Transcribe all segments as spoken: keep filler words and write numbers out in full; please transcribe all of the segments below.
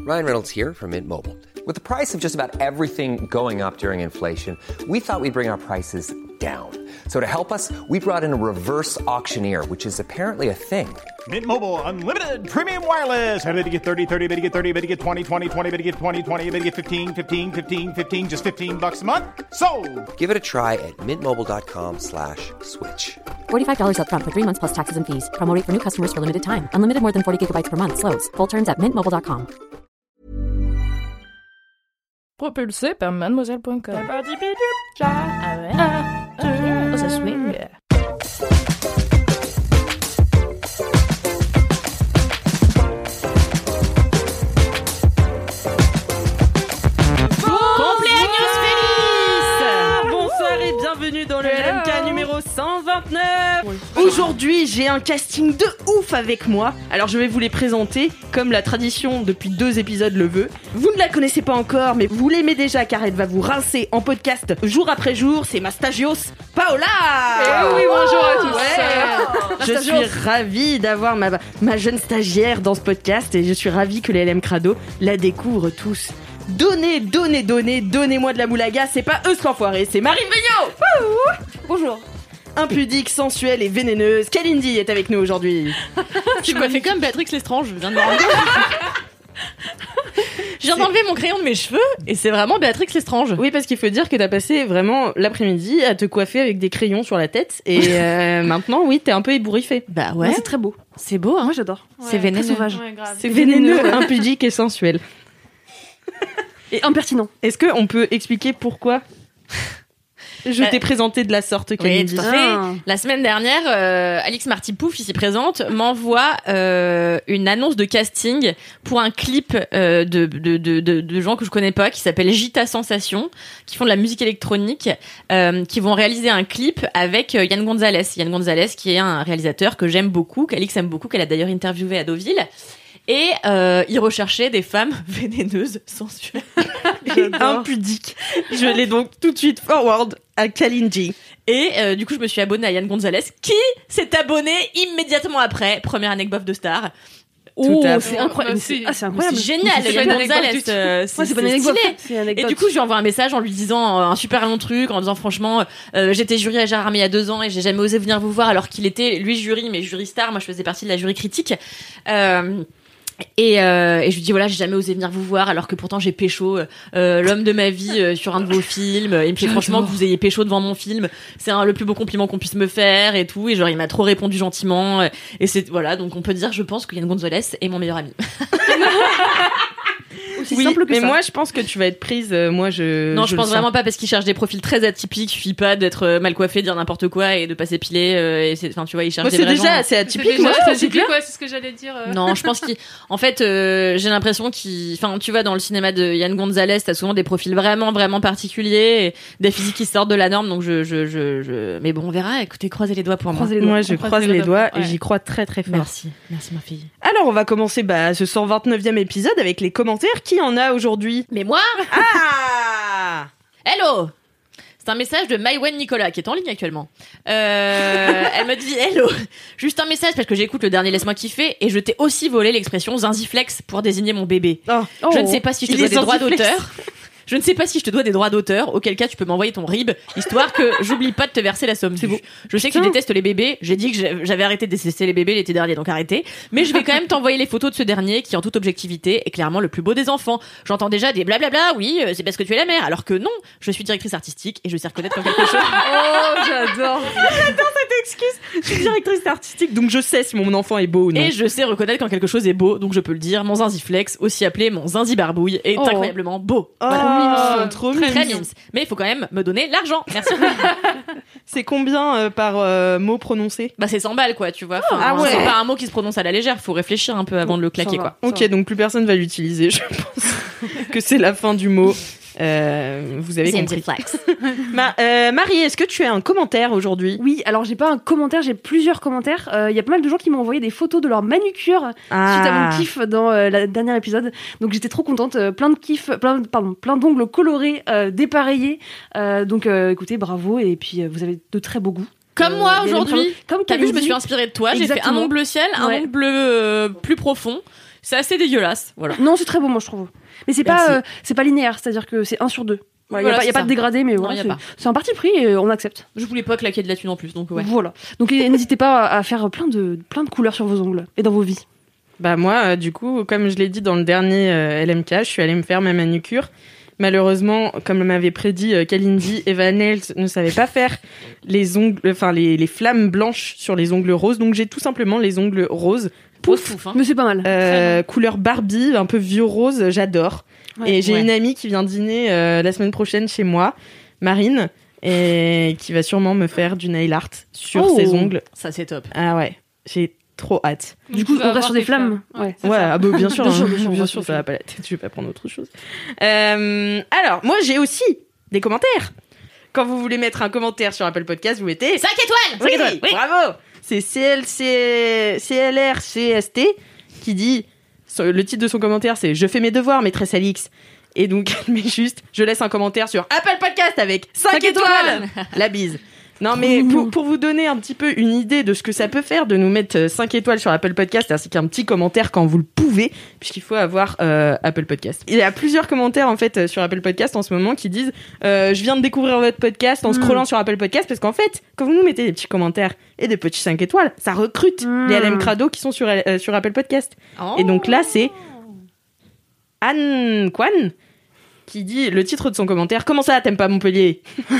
Ryan Reynolds here from Mint Mobile. With the price of just about everything going up during inflation, we thought we'd bring our prices down. So to help us, we brought in a reverse auctioneer, which is apparently a thing. Mint Mobile Unlimited Premium Wireless. How to get thirty, thirty, how to get thirty, how to get twenty, twenty, twenty, how to get twenty, twenty, how to get fifteen, fifteen, fifteen, fifteen, just fifteen bucks a month? Sold! Give it a try at mintmobile.com slash switch. forty-five dollars up front for three months plus taxes and fees. Promo rate for new customers for limited time. Unlimited more than forty gigabytes per month. Slows full terms at mint mobile dot com. Propulsé par mademoiselle point com. Ah ouais. Ah, oh, ça swing. Bienvenue dans le L M K numéro cent vingt-neuf. Oui. Aujourd'hui, j'ai un casting de ouf avec moi. Alors, je vais vous les présenter comme la tradition depuis deux épisodes le veut. Vous ne la connaissez pas encore, mais vous l'aimez déjà car elle va vous rincer en podcast jour après jour. C'est ma stagios, Paola. Eh oui, bonjour à tous. Ouais. Je suis ravie d'avoir ma, ma jeune stagiaire dans ce podcast et je suis ravie que les L M Crado la découvrent tous. Donnez, donnez, donnez, donnez-moi de la moulaga, c'est pas eux ce l'enfoiré, c'est Marine Veillot. Bonjour. Impudique, sensuelle et vénéneuse, Kalindi est avec nous aujourd'hui. Tu m'as fait comme Béatrix Lestrange, je viens de me rendre compte. Je viens d'enlever mon crayon de mes cheveux et c'est vraiment Béatrix Lestrange. Oui, parce qu'il faut dire que t'as passé vraiment l'après-midi à te coiffer avec des crayons sur la tête et euh, maintenant, oui, t'es un peu ébouriffée. Bah ouais. ouais. C'est très beau. C'est beau, hein. Moi, j'adore. Ouais, c'est vénéneux. Sauvage. Ouais, c'est vénéneux, impudique et sensuel. Et impertinent. Est-ce qu'on peut expliquer pourquoi je euh, t'ai présenté de la sorte, Kalindi? Oui, tout à fait. Ah. La semaine dernière, euh, Alix Marty-Pouf, ici présente, m'envoie euh, une annonce de casting pour un clip euh, de, de, de, de, de gens que je connais pas, qui s'appelle Gita Sensation, qui font de la musique électronique, euh, qui vont réaliser un clip avec Yann Gonzalez. Yann Gonzalez, qui est un réalisateur que j'aime beaucoup, qu'Alix aime beaucoup, qu'elle a d'ailleurs interviewé à Deauville. Et euh, il recherchait des femmes vénéneuses, sensuelles et impudiques. Je l'ai donc tout de suite forward à Kalindi. Et euh, du coup, je me suis abonnée à Yann Gonzalez, qui s'est abonné immédiatement après. Première anecdote de star. Tout Oh, à c'est fait. incroyable. C'est, ah, c'est incroyable. C'est génial, c'est Yann Gonzalez. Euh, c'est, ouais, c'est, c'est stylé. C'est et du coup, je lui envoie un message en lui disant euh, un super long truc, en disant franchement, euh, j'étais jury à Gérard Armé il y a deux ans et j'ai jamais osé venir vous voir alors qu'il était, lui, jury, mais jury star. Moi, je faisais partie de la jury critique. Euh, Et, euh, et je lui dis voilà, j'ai jamais osé venir vous voir alors que pourtant j'ai pécho euh, l'homme de ma vie euh, sur un de vos films. Et il me fait franchement que vous ayez pécho devant mon film, c'est un, le plus beau compliment qu'on puisse me faire et tout. Et genre il m'a trop répondu gentiment. Et c'est voilà, donc on peut dire je pense que Yann Gonzalez est mon meilleur ami. Aussi oui, simple que mais ça. Moi je pense que tu vas être prise. Euh, moi je. Non, je, je pense vraiment pas parce qu'il cherche des profils très atypiques. Il suffit pas d'être mal coiffé, dire n'importe quoi et de pas s'épiler. Euh, et c'est, enfin tu vois, il cherche moi, des c'est vrais déjà gens. assez atypique. C'est déjà, moi, c'est c'est atypique, ouais, c'est ce que j'allais dire. Euh. Non, je pense qu'en fait, euh, j'ai l'impression qu'il, enfin tu vois, dans le cinéma de Yann Gonzalez, t'as souvent des profils vraiment, vraiment particuliers, et des physiques qui sortent de la norme. Donc je, je, je, je... mais bon, on verra. Écoutez, croisez les doigts pour moi. Les doigts. Moi, je on croise les doigts, ouais. et j'y crois très, très fort. Merci, merci ma fille. Alors, on va commencer bah, ce cent vingt-neuvième épisode avec les commentaires. Qui en a aujourd'hui? Mais moi. Ah. Hello. C'est un message de Maïwen Nicolas qui est en ligne actuellement. Euh, elle me dit hello. Juste un message parce que j'écoute le dernier Laisse-moi kiffer et je t'ai aussi volé l'expression zinziflex pour désigner mon bébé. Oh. Je oh. ne sais pas si je te Il dois des droits zinziflex. d'auteur. Je ne sais pas si je te dois des droits d'auteur, auquel cas tu peux m'envoyer ton R I B, histoire que j'oublie pas de te verser la somme. C'est beau. Je sais que tu détestes les bébés, j'ai dit que j'avais arrêté de détester les bébés l'été dernier, donc arrêtez. Mais je vais quand même t'envoyer les photos de ce dernier, qui en toute objectivité est clairement le plus beau des enfants. J'entends déjà des blablabla, oui, c'est parce que tu es la mère, alors que non, je suis directrice artistique et je sais reconnaître quand quelque chose... Oh, j'adore. J'adore cette excuse. Je suis directrice artistique, donc je sais si mon enfant est beau ou non. Et je sais reconnaître quand quelque chose est beau, donc je peux le dire, mon zinziflex, aussi appelé mon zinzibarbouille, est oh. incroyablement beau. Oh, voilà. trop Très mignon. mimes. Mais il faut quand même me donner l'argent. Merci. C'est combien euh, par euh, mot prononcé? Bah c'est cent balles quoi, tu vois. Enfin, ah ouais. C'est pas un mot qui se prononce à la légère, faut réfléchir un peu avant de le claquer quoi. Ok, donc plus personne va l'utiliser, je pense que c'est la fin du mot. Euh, vous avez compris. Ma, euh, Marie, est-ce que tu as un commentaire aujourd'hui? Oui, alors j'ai pas un commentaire, j'ai plusieurs commentaires. Il euh, y a pas mal de gens qui m'ont envoyé des photos de leur manucure ah. suite à mon kiff dans euh, le dernier épisode. Donc j'étais trop contente. Euh, plein de kiff, plein, pardon, plein d'ongles colorés, euh, dépareillés. Euh, donc euh, écoutez, bravo. Et puis euh, vous avez de très beaux goûts. Comme euh, moi aujourd'hui. Comme t'as vu, je me suis inspirée de toi. Exactement. J'ai fait un ongle bleu ciel, un ouais. ongle bleu euh, plus profond. C'est assez dégueulasse, voilà. Non, c'est très beau, moi, je trouve. Mais c'est Merci. pas, euh, c'est pas linéaire, c'est-à-dire que c'est un sur deux. Il voilà, Voilà, n'y a, pas, y a c'est pas ça. de dégradé, mais Non, voilà, y a c'est, pas. c'est un parti pris et on accepte. Je voulais pas claquer de la thune en plus, donc ouais. Voilà. Donc et, n'hésitez pas à, à faire plein de, plein de couleurs sur vos ongles et dans vos vies. Bah moi, euh, du coup, comme je l'ai dit dans le dernier euh, L M K, je suis allée me faire ma manucure. Malheureusement, comme m'avait prédit euh, Kalindi, Eva Nails ne savait pas faire les ongles, enfin les, les flammes blanches sur les ongles roses, donc j'ai tout simplement les ongles roses. Pouf, pouf, hein. Mais c'est pas mal. Euh, couleur Barbie, un peu vieux rose, j'adore. Ouais. Et j'ai Ouais. une amie qui vient dîner euh, la semaine prochaine chez moi, Marine, et qui va sûrement me faire du nail art sur Oh. ses ongles. Ça, c'est top. Ah ouais, j'ai trop hâte. Du coup, on reste sur des flammes. Ouais. Ouais, ah bah, bien sûr, Bien sûr, hein. bien sûr, bien bien sûr, sûr. ça va pas la tête, je vais pas prendre autre chose. Euh, alors, moi j'ai aussi des commentaires. Quand vous voulez mettre un commentaire sur Apple Podcast, vous mettez cinq étoiles oui, cinq étoiles, oui. bravo. C'est C L C C L R C S T qui dit, le titre de son commentaire c'est « Je fais mes devoirs, maîtresse Alix ». Et donc, elle met juste « Je laisse un commentaire sur Apple Podcast avec cinq étoiles ». La bise. Non mais pour, pour vous donner un petit peu une idée de ce que ça peut faire de nous mettre cinq étoiles sur Apple Podcast ainsi qu'un petit commentaire quand vous le pouvez, puisqu'il faut avoir euh, Apple Podcast. Il y a plusieurs commentaires en fait sur Apple Podcast en ce moment qui disent euh, je viens de découvrir votre podcast en scrollant sur Apple Podcast, parce qu'en fait quand vous nous mettez des petits commentaires et des petits cinq étoiles, ça recrute Mm. les L M Crado qui sont sur, euh, sur Apple Podcast. Oh. Et donc là c'est Anne Kwan qui dit le titre de son commentaire « Comment ça, t'aimes pas Montpellier ?»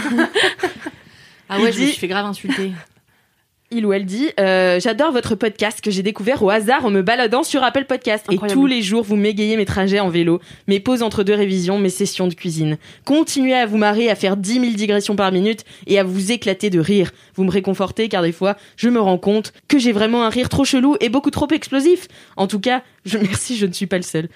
Ah ouais, Il je me dit- suis fait grave insulter. Il ou elle dit euh, j'adore votre podcast que j'ai découvert au hasard en me baladant sur Apple Podcast. Incroyable. Et tous les jours, vous m'égayez mes trajets en vélo, mes pauses entre deux révisions, mes sessions de cuisine. Continuez à vous marrer, à faire dix mille digressions par minute et à vous éclater de rire. Vous me réconfortez car des fois, je me rends compte que j'ai vraiment un rire trop chelou et beaucoup trop explosif. En tout cas, je merci, je ne suis pas le seul.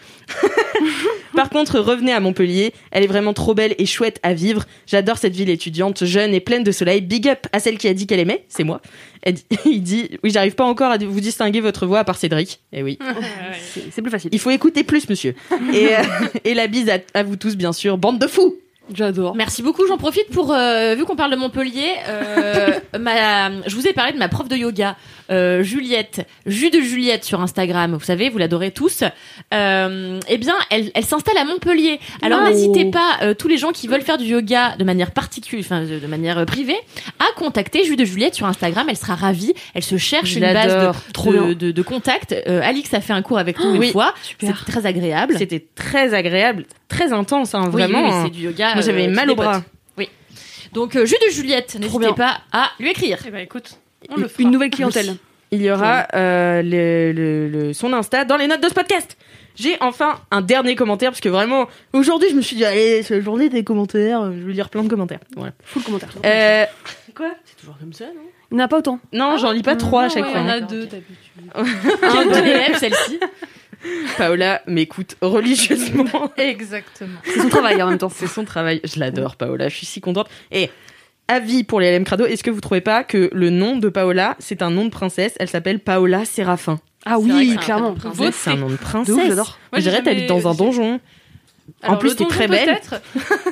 Par contre, revenez à Montpellier. Elle est vraiment trop belle et chouette à vivre. J'adore cette ville étudiante, jeune et pleine de soleil. Big up à celle qui a dit qu'elle aimait, c'est moi. Elle dit- il dit oui, j'arrive pas encore à vous distinguer votre voix à part Cédric. Et oui, C'est, c'est plus facile. il faut écouter plus, monsieur. Et, euh, et la bise à, à vous tous, bien sûr, bande de fous. J'adore. Merci beaucoup, j'en profite pour, euh, vu qu'on parle de Montpellier, euh, ma, je vous ai parlé de ma prof de yoga, euh, Juliette, Jus de Juliette sur Instagram, vous savez, vous l'adorez tous. Euh, eh bien, elle, elle s'installe à Montpellier. Alors Oh. n'hésitez pas, euh, tous les gens qui veulent faire du yoga de manière particulière, enfin de, de manière euh, privée, à contacter Jus de Juliette sur Instagram, elle sera ravie, elle se cherche Je une base l'adore. de, Trop de, bien. de, de contact. Euh, Alix a fait un cours avec nous une Oui. fois, Super. c'était très agréable. C'était très agréable, très intense, hein, Oui, vraiment. oui, oui, c'est du yoga. Moi, j'avais euh, mal qui au bras. dépote. Oui. Donc, euh, Jus de Juliette, n'hésitez bien. pas à lui écrire. Eh ben écoute, on le fera. Une nouvelle clientèle. Il y aura euh, le, le, le- son Insta dans les notes de ce podcast. J'ai enfin un dernier commentaire, parce que vraiment, aujourd'hui, je me suis dit, allez, c'est la journée des commentaires, je vais lire plein de commentaires. Voilà. Full commentaire. Euh, C'est toujours comme ça, non? Il n'y en a pas autant. non, j'en lis pas trois à chaque Il y fois. en a hein. deux d'habitude. Quelle bonne élève, celle-ci. Paola m'écoute religieusement. Exactement. C'est son travail en même temps. C'est son travail. Je l'adore, Paola. Je suis si contente. Et avis pour les L M Crado, est-ce que vous trouvez pas que le nom de Paola, c'est un nom de princesse? Elle s'appelle Paola Séraphin. Ah C'est vrai oui, que c'est un clairement. peu de Ouais, c'est un nom de princesse. De ouf, j'adore. Moi, Je j'ai dirais, t'habites jamais- dans un donjon. Alors, plus, le t'es donjon, très belle. peut-être.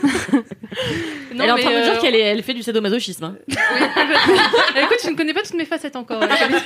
Non, Elle est en mais, train de me dire euh, qu'elle est, elle fait du sadomasochisme. Hein. Écoute, je ne connais pas toutes mes facettes encore.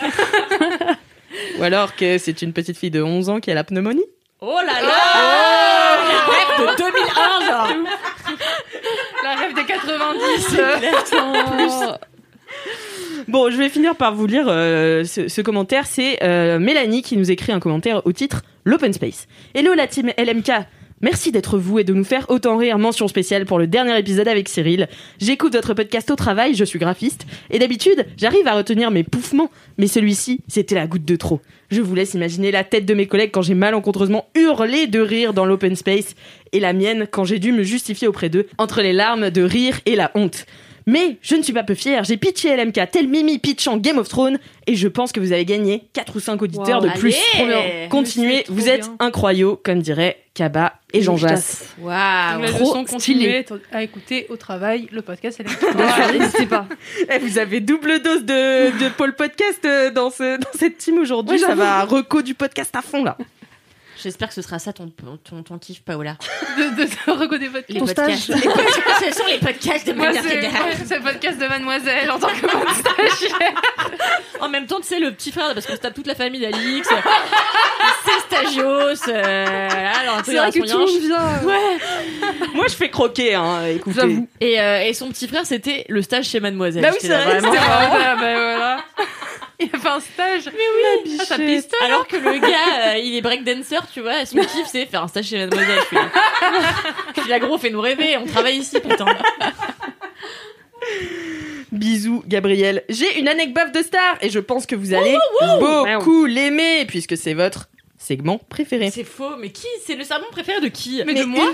Ou alors que c'est une petite fille de onze ans qui a la pneumonie. Oh là là La rêve de deux mille un, genre. La rêve des quatre-vingt-dix. Bon, je vais finir par vous lire euh, ce, ce commentaire. C'est euh, Mélanie qui nous écrit un commentaire au titre « L'Open Space ». Hello la team L M K. Merci d'être vous et de nous faire autant rire. Mention spéciale pour le dernier épisode avec Cyril. J'écoute votre podcast au travail, je suis graphiste. Et d'habitude, j'arrive à retenir mes pouffements. Mais celui-ci, c'était la goutte de trop. Je vous laisse imaginer la tête de mes collègues quand j'ai malencontreusement hurlé de rire dans l'open space. Et la mienne quand j'ai dû me justifier auprès d'eux entre les larmes de rire et la honte. Mais je ne suis pas peu fière, j'ai pitché L M K tel Mimi pitchant Game of Thrones et je pense que vous avez gagné quatre ou cinq auditeurs Wow. de plus. Allez. Trop bien. Continuez, C'est trop vous êtes bien. incroyaux, comme dirait Kaba et Jean Jass. Waouh. La Trop leçon, stylé. continuez à écouter au travail le podcast. Elle Bien sûr, n'hésitez pas. Eh, vous avez double dose de, de Paul Podcast euh, dans, ce, dans cette team aujourd'hui. Oui, Ça j'avoue. va reco du podcast à fond là. J'espère que ce sera ça ton, ton, ton kiff, Paola. de, de reconnaître votre Les Ton podcasts. stage. Les podcasts, ce sont les podcasts de Moi, manière c'est générale. moi, c'est le podcast de Mademoiselle en tant que bonne stagiaire. En même temps, tu sais, le petit frère, parce qu'on se tape toute la famille d'Alix. C'est plagios, euh, là, dans C'est vrai que tout le monde vient. Ouais. Moi, je fais croquer, hein, écoutez. J'avoue. Et, euh, et son petit frère, c'était le stage chez Mademoiselle. Bah oui, J'étais c'est là, vrai, vraiment. c'était vrai. Ah, bah voilà. Il a fait un stage. Mais oui, ah, ça piste. Alors que le gars, euh, il est breakdancer, tu vois, et son kiff, c'est faire un stage chez Mademoiselle. Je suis là, je suis là, gros, fais-nous rêver, on travaille ici, putain. Bisous, Gabriel. J'ai une anecdote de star et je pense que vous allez beaucoup l'aimer puisque c'est votre segment préféré. C'est faux, mais qui? C'est le sermon préféré de qui? Mais de moi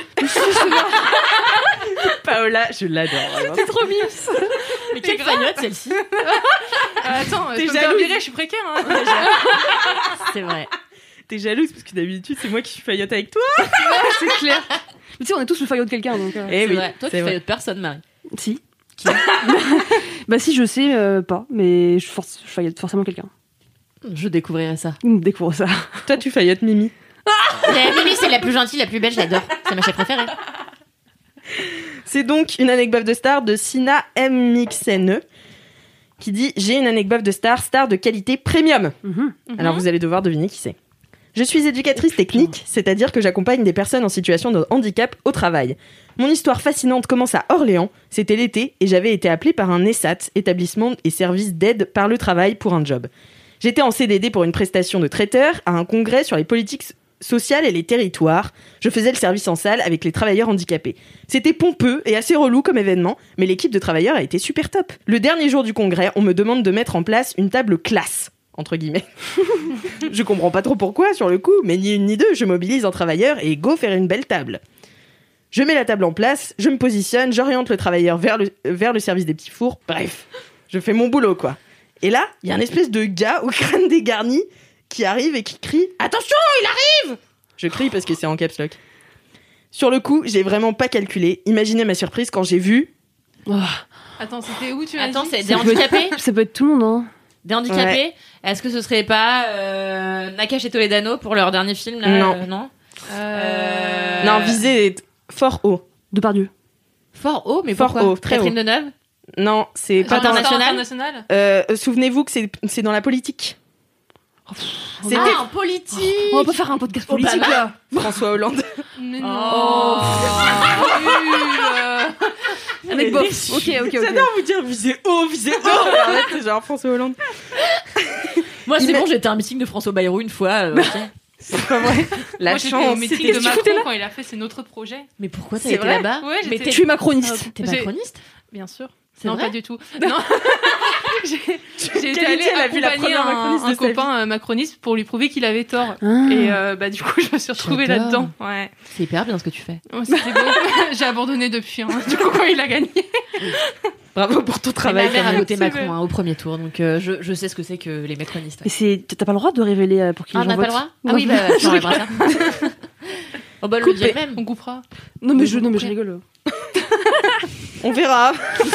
Paola, je l'adore. C'est trop mignon. Mais quelle faillotte, celle-ci? Euh, Attends, T'es je peux me faire jalouse. virer, je suis précaire. Hein. C'est vrai. T'es jalouse parce que d'habitude c'est moi qui suis faillotte avec toi. C'est clair. Mais tu sais, on est tous le faillot de quelqu'un, donc. euh, Eh C'est oui, vrai. Toi, tu c'est vrai. faillotes personne, Marie. Si. Bah si, je sais euh, pas, mais je, force, je faillote forcément quelqu'un. Je découvrirai ça. Hum, Découvre ça. Toi tu faillottes Mimi. Mais Mimi, c'est la plus gentille, la plus belle, je l'adore. C'est ma chef préférée. C'est donc une anecdote de star de Sina M X N E qui dit j'ai une anecdote de star, star de qualité premium. Mhm. Alors vous allez devoir deviner qui c'est. Je suis éducatrice technique, c'est-à-dire que j'accompagne des personnes en situation de handicap au travail. Mon histoire fascinante commence à Orléans, c'était l'été et j'avais été appelée par un ESAT, établissement et service d'aide par le travail pour un job. J'étais en C D D pour une prestation de traiteur à un congrès sur les politiques sociales et les territoires. Je faisais le service en salle avec les travailleurs handicapés. C'était pompeux et assez relou comme événement, mais l'équipe de travailleurs a été super top. Le dernier jour du congrès, on me demande de mettre en place une table classe. Entre guillemets. Je comprends pas trop pourquoi, sur le coup, mais ni une ni deux, je mobilise un travailleur et go faire une belle table. Je mets la table en place, je me positionne, j'oriente le travailleur vers le, vers le service des petits fours. Bref, je fais mon boulot, quoi. Et là, il y a un espèce de gars au crâne dégarni qui arrive et qui crie « Attention, il arrive !» Je crie parce que c'est en caps lock. Sur le coup, j'ai vraiment pas calculé. Imaginez ma surprise quand j'ai vu... Oh. Attends, c'était où tu m'as Attends, dit c'est des handicapés? Ça peut être tout le monde, hein. Des handicapés? Ouais. Est-ce que ce serait pas euh, Nakash et Toledano pour leur dernier film là? Non. euh, non. Euh... Non, visez fort haut. Depardieu. Fort haut, mais Fort pourquoi? haut, très Catherine haut. Deneuve? Non, c'est pas dans... International. international. Euh, souvenez-vous que c'est, c'est dans la politique. C'était Ah, en politique. On va pas faire un podcast politique, Obama. là. François Hollande. Mais non. Oh. Nul. Avec bof. Ok, ok, ok. J'adore vous dire visez haut, visez haut. Et en fait, c'est genre François Hollande. Moi, c'est Il bon, m'a- j'étais à un meeting de François Bayrou une fois. euh, ok. C'est pas vrai. La Moi, j'étais au chance. meeting C'était- de tu foutais Macron là quand il a fait C'est notre projet. Mais pourquoi t'as C'est été vrai là-bas? Ouais, Mais j'étais- t'es Je suis macroniste. t'es J'ai- macroniste? Bien sûr. C'est Non, vrai pas du tout. Non. J'ai j'ai été Quelle idée, allée elle a vu la accompagner première un, macroniste un de sa vie. copain euh, macroniste pour lui prouver qu'il avait tort. Ah. Et euh, bah du coup, je me suis retrouvée J'adore. là-dedans. Ouais. C'est hyper bien ce que tu fais. Oh, c'était beau. J'ai abandonné depuis. Hein. Du coup, quand il a gagné. Bravo pour ton Ma travail. mère a Camille. voté C'est Macron vrai. hein, au premier tour, donc euh, je, je sais ce que c'est que les macronistes. Mais c'est... T'as pas le droit de révéler euh, pour qui Ah, les on gens n'a pas le votent. droit? Ah oui, bah, bah, j'enlèverai ça. Oh bah, le Coupé. dit même. On coupera. Non, mais je, non, mais je rigole. On verra.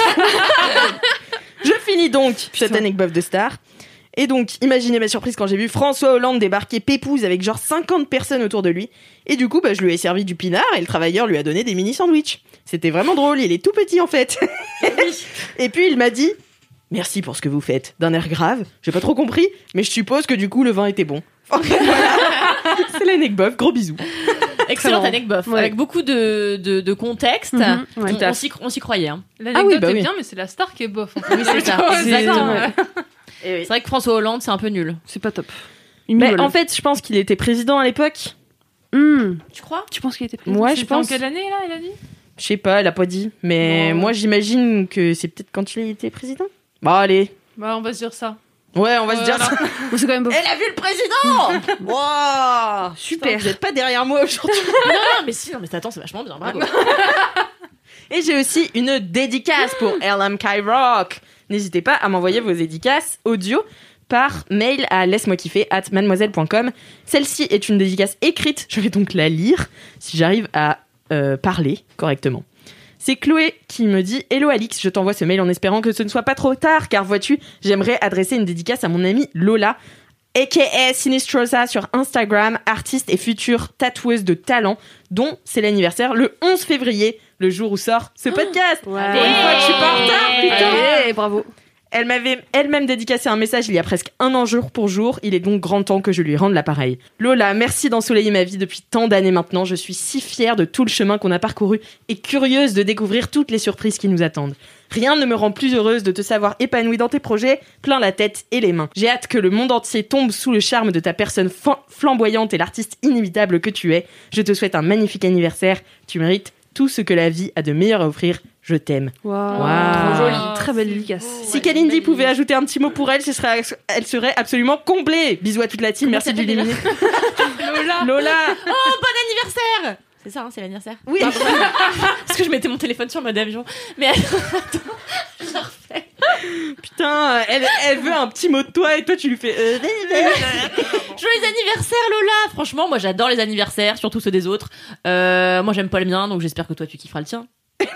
Je finis donc cette anecdote de star. Et donc, imaginez ma surprise quand j'ai vu François Hollande débarquer pépouze avec genre cinquante personnes autour de lui. Et du coup, bah, je lui ai servi du pinard et le travailleur lui a donné des mini sandwichs. C'était vraiment drôle, il est tout petit en fait. Et puis il m'a dit « Merci pour ce que vous faites », d'un air grave. J'ai pas trop compris, mais je suppose que du coup le vin était bon. Enfin, voilà. C'est l'anecdote, gros bisous. Excellente Excellent. anecdote, Ouais. avec beaucoup de, de, de contexte. Mhm, ouais. on, Tout à on s'y, on s'y croyait. Hein. L'anecdote oui, bah est oui. bien, mais c'est la star qui est bof. En fait. Oui, c'est ça, Ouais, exactement. ça, ouais. C'est vrai que François Hollande, c'est un peu nul. C'est pas top. Il Mais me en fait, je pense qu'il était président à l'époque. Hmm. Tu crois? Tu penses qu'il était président? Moi, je C'était en pense. quelle année, là, il a dit Je sais pas, elle a pas dit. Mais Bon. moi, j'imagine que c'est peut-être quand il était président. Bon, allez. Bah, on va se dire ça. Ouais, on va se dire Voilà. ça. Oh, c'est quand même bof. Elle a vu le président. Wow, Super. Putain, vous êtes pas derrière moi aujourd'hui. non, non, mais si, non, mais attends, c'est vachement bien, bravo. Et j'ai aussi une dédicace pour L M K Rock. N'hésitez pas à m'envoyer vos dédicaces audio par mail à laisse-moi kiffer at mademoiselle point com. Celle-ci est une dédicace écrite. Je vais donc la lire si j'arrive à euh, parler correctement. C'est Chloé qui me dit « Hello Alix, je t'envoie ce mail en espérant que ce ne soit pas trop tard, car vois-tu, j'aimerais adresser une dédicace à mon amie Lola, aka Sinistrosa sur Instagram, artiste et future tatoueuse de talent, dont c'est l'anniversaire le onze février, le jour où sort ce podcast. Ouais. Pour une fois que je suis pas en retard, putain. Allez, bravo. Elle m'avait elle-même dédicacé un message il y a presque un an jour pour jour. Il est donc grand temps que je lui rende l'appareil. Lola, merci d'ensoleiller ma vie depuis tant d'années maintenant. Je suis si fière de tout le chemin qu'on a parcouru et curieuse de découvrir toutes les surprises qui nous attendent. Rien ne me rend plus heureuse de te savoir épanouie dans tes projets, plein la tête et les mains. J'ai hâte que le monde entier tombe sous le charme de ta personne fan- flamboyante et l'artiste inimitable que tu es. Je te souhaite un magnifique anniversaire. Tu mérites tout ce que la vie a de meilleur à offrir. Je t'aime. Wow. Wow. Trop joli. Très belle dédicace. Si Kalindi pouvait ajouter un petit mot pour elle, ce serait, elle serait absolument comblée. Bisous à toute la team. Comment Merci de s'appelle l'éliminer. Lola. Lola. Oh, bon anniversaire. C'est ça, hein, c'est l'anniversaire. Oui. Parce que je mettais mon téléphone sur mode avion. Mais attends, je refais. Putain, elle, elle veut un petit mot de toi et toi tu lui fais. Euh... Joyeux anniversaire Lola. Franchement, moi j'adore les anniversaires, surtout ceux des autres. Euh, moi j'aime pas le mien, donc j'espère que toi tu kifferas le tien.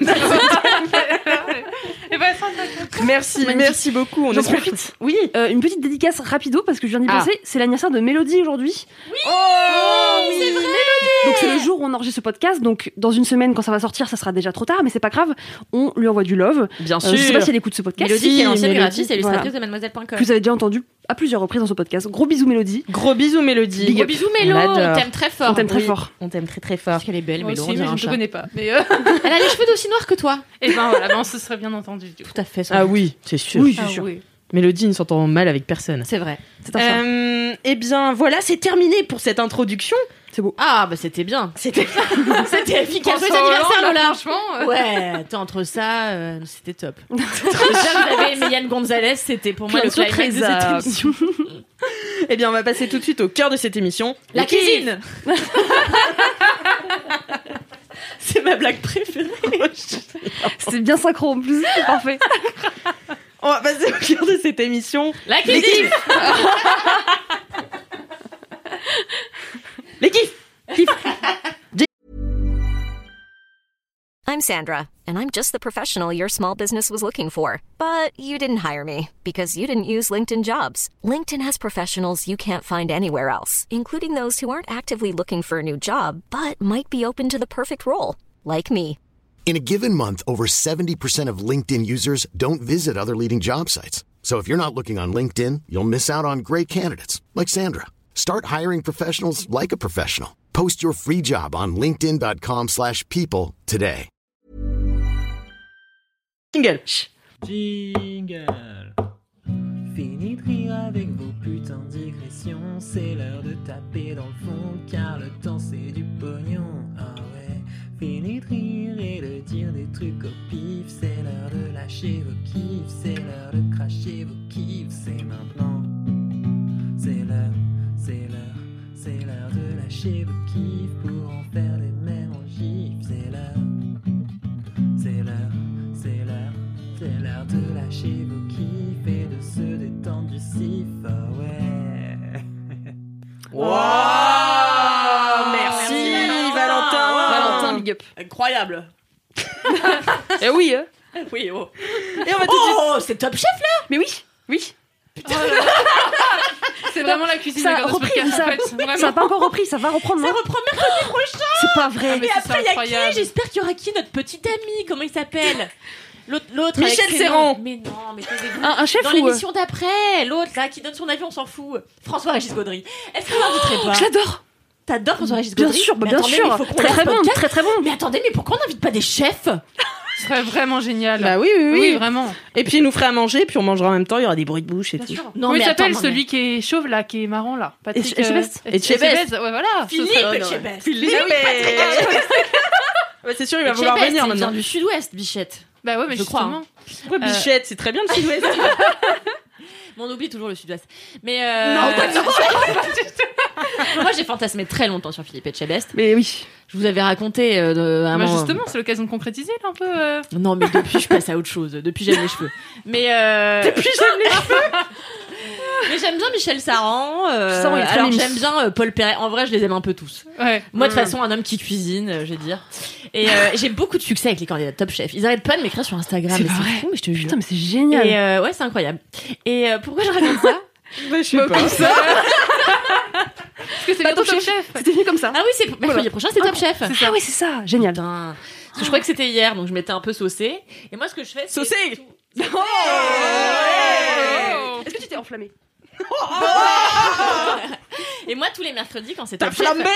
Et ben, ça, merci, Magnifique. merci beaucoup. On J'en espère- profite. Oui. Euh, une petite dédicace rapido parce que je viens d'y Ah. penser. C'est l'anniversaire de Mélodie aujourd'hui. Oh, c'est vrai. Donc c'est le jour où on enregistre ce podcast. Donc dans une semaine, quand ça va sortir, ça sera déjà trop tard, mais c'est pas grave. On lui envoie du love. Bien Euh, sûr. je sais pas si elle écoute ce podcast. Mélodie qui est l'ancienne Mélodie, graphiste et illustratrice voilà. de mademoiselle point com. Que vous avez déjà entendu à plusieurs reprises dans ce podcast. Gros bisous Mélodie. Gros bisous, Mélodie. Big Gros up. bisous Mélo, On on l'adore. t'aime très fort. On t'aime très Oui. fort. On t'aime très très fort. Parce qu'elle est belle, Moi Mélo, aussi, on mais dirait je un ne te chat. connais pas. Mais euh... Elle a les cheveux d'aussi noirs que toi. Et ben voilà, ben, on se serait bien entendu. Du coup. Tout à fait. Ah oui, c'est sûr. Oui, c'est Ah sûr. oui. Mélodie ne s'entend mal avec personne. C'est vrai. C'est un chat. Euh, eh bien, voilà, c'est terminé pour cette introduction. C'est beau. Ah bah c'était bien. C'était. C'était efficace. Joyeux François anniversaire Hollande, là, Lola. franchement. euh, Ouais, attends, entre ça, euh, c'était top. Déjà, vous avez Mégane Gonzalez, c'était pour moi Plein le de climax de surprises, cette euh. émission. Eh bien, on va passer tout de suite au cœur de cette émission. La Le kiff. cuisine. C'est ma blague préférée. C'était bien synchro en plus. C'est parfait. On va passer au cœur de cette émission. La cuisine. Les kiffs. I'm Sandra, and I'm just the professional your small business was looking for. But you didn't hire me because you didn't use LinkedIn Jobs. LinkedIn has professionals you can't find anywhere else, including those who aren't actively looking for a new job, but might be open to the perfect role, like me. In a given month, over seventy percent of LinkedIn users don't visit other leading job sites. So if you're not looking on LinkedIn, you'll miss out on great candidates like Sandra. Start hiring professionals like a professional. Post your free job on linkedin dot com slash people today. Jingle. Jingle. Fini de rire avec vos putains de digressions. C'est l'heure de taper dans le fond, car le temps c'est du pognon. Ah ouais. Fini de rire et de dire des trucs au pif. C'est l'heure de lâcher vos kiffs. C'est l'heure de cracher vos kiffs. C'est maintenant. C'est l'heure, c'est l'heure, c'est l'heure de lâcher vos kiffs pour en faire des mêmes en gifs. C'est l'heure, c'est l'heure, c'est l'heure, c'est l'heure de lâcher vos kiffs et de se détendre du sif. Ah ouais. Wow. Merci, Merci, Valentin. Valentin, big up. Incroyable. Eh oui. Hein. Oui, oh. Et on va tout de suite. Oh, c'est Top Chef là. Mais oui. Oui. C'est vraiment la cuisine Ça de a Garde repris. Podcast, Ça, en fait. Vraiment. ça a pas encore repris. Ça va reprendre. Ça non reprend mercredi prochain. C'est pas vrai. Ah, mais Et c'est après, il y a incroyable. qui? J'espère qu'il y aura qui? Notre petit ami. Comment il s'appelle? L'autre, l'autre. Michel avec ses Serran. noms. Mais non, mais taisez-vous. Un, un chef Dans ou l'émission d'après, l'autre là qui donne son avis, on s'en fout. François-Régis Gaudry. Est-ce que vous l'inviterez pas? Je l'adore. T'adores François-Régis Bien Gaudry? sûr, bah Mais bien attendez, sûr. mais il faut qu'on Très fasse très ce bon, podcast. très très bon. Mais attendez, mais pourquoi on n'invite pas des chefs? Ce serait vraiment génial. Bah oui, oui, oui. Oui, vraiment. Et puis il nous ferait à manger, puis on mangera en même temps. Il y aura des bruits de bouche et tout. Non, Comment mais il s'appelle attends, non, celui qui est chauve là, qui est marrant là? Patrick. Etchebest. euh, Etchebest. Etchebest, ouais, voilà. Ce Philippe serait- Etchebest. Philippe. Ah oui, Patrick Etchebest. Ouais, c'est sûr, il va vouloir Etchebest, venir il vient maintenant. du sud-ouest, Bichette. Bah ouais, mais Je crois, justement. Ouais, Bichette, c'est très bien le sud-ouest. Mais on oublie toujours le sud-ouest. Mais euh... Non, pas moi j'ai fantasmé très longtemps sur Philippe Etchebest. Mais oui. Je vous avais raconté euh, de, à un Bah moment- justement, c'est l'occasion de concrétiser là un peu. euh. Non, mais depuis je passe à autre chose. Depuis j'aime les cheveux. Mais euh... depuis j'aime les cheveux. Mais j'aime bien Michel Saran. Euh... Saran, il est très alors mimi. j'aime bien euh, Paul Perret. En vrai, je les aime un peu tous. Ouais. Moi, de toute Mm. façon, un homme qui cuisine, euh, je vais dire. Et euh, j'ai beaucoup de succès avec les candidats de Top Chef. Ils arrêtent pas de m'écrire sur Instagram. C'est Mais vrai. c'est fou, mais je te jure. Putain, mais c'est génial. Et euh, ouais, c'est incroyable. Et euh, pourquoi je raconte ça? Bah, je sais pas. ça. Parce que c'est Pas bientôt Top Top Chef. Chef. C'était venu comme ça. Ah oui, c'est mercredi Voilà. prochain, c'est Top Chef. Ah oui, c'est ça. Génial. Putain. Parce que je croyais que c'était hier, donc je m'étais un peu saucée. Et moi, ce que je fais, c'est... Saucée tout- Oh Ouais. Est-ce que tu t'es enflammée? Et moi, tous les mercredis, quand c'est Top T'as Chef... flambé?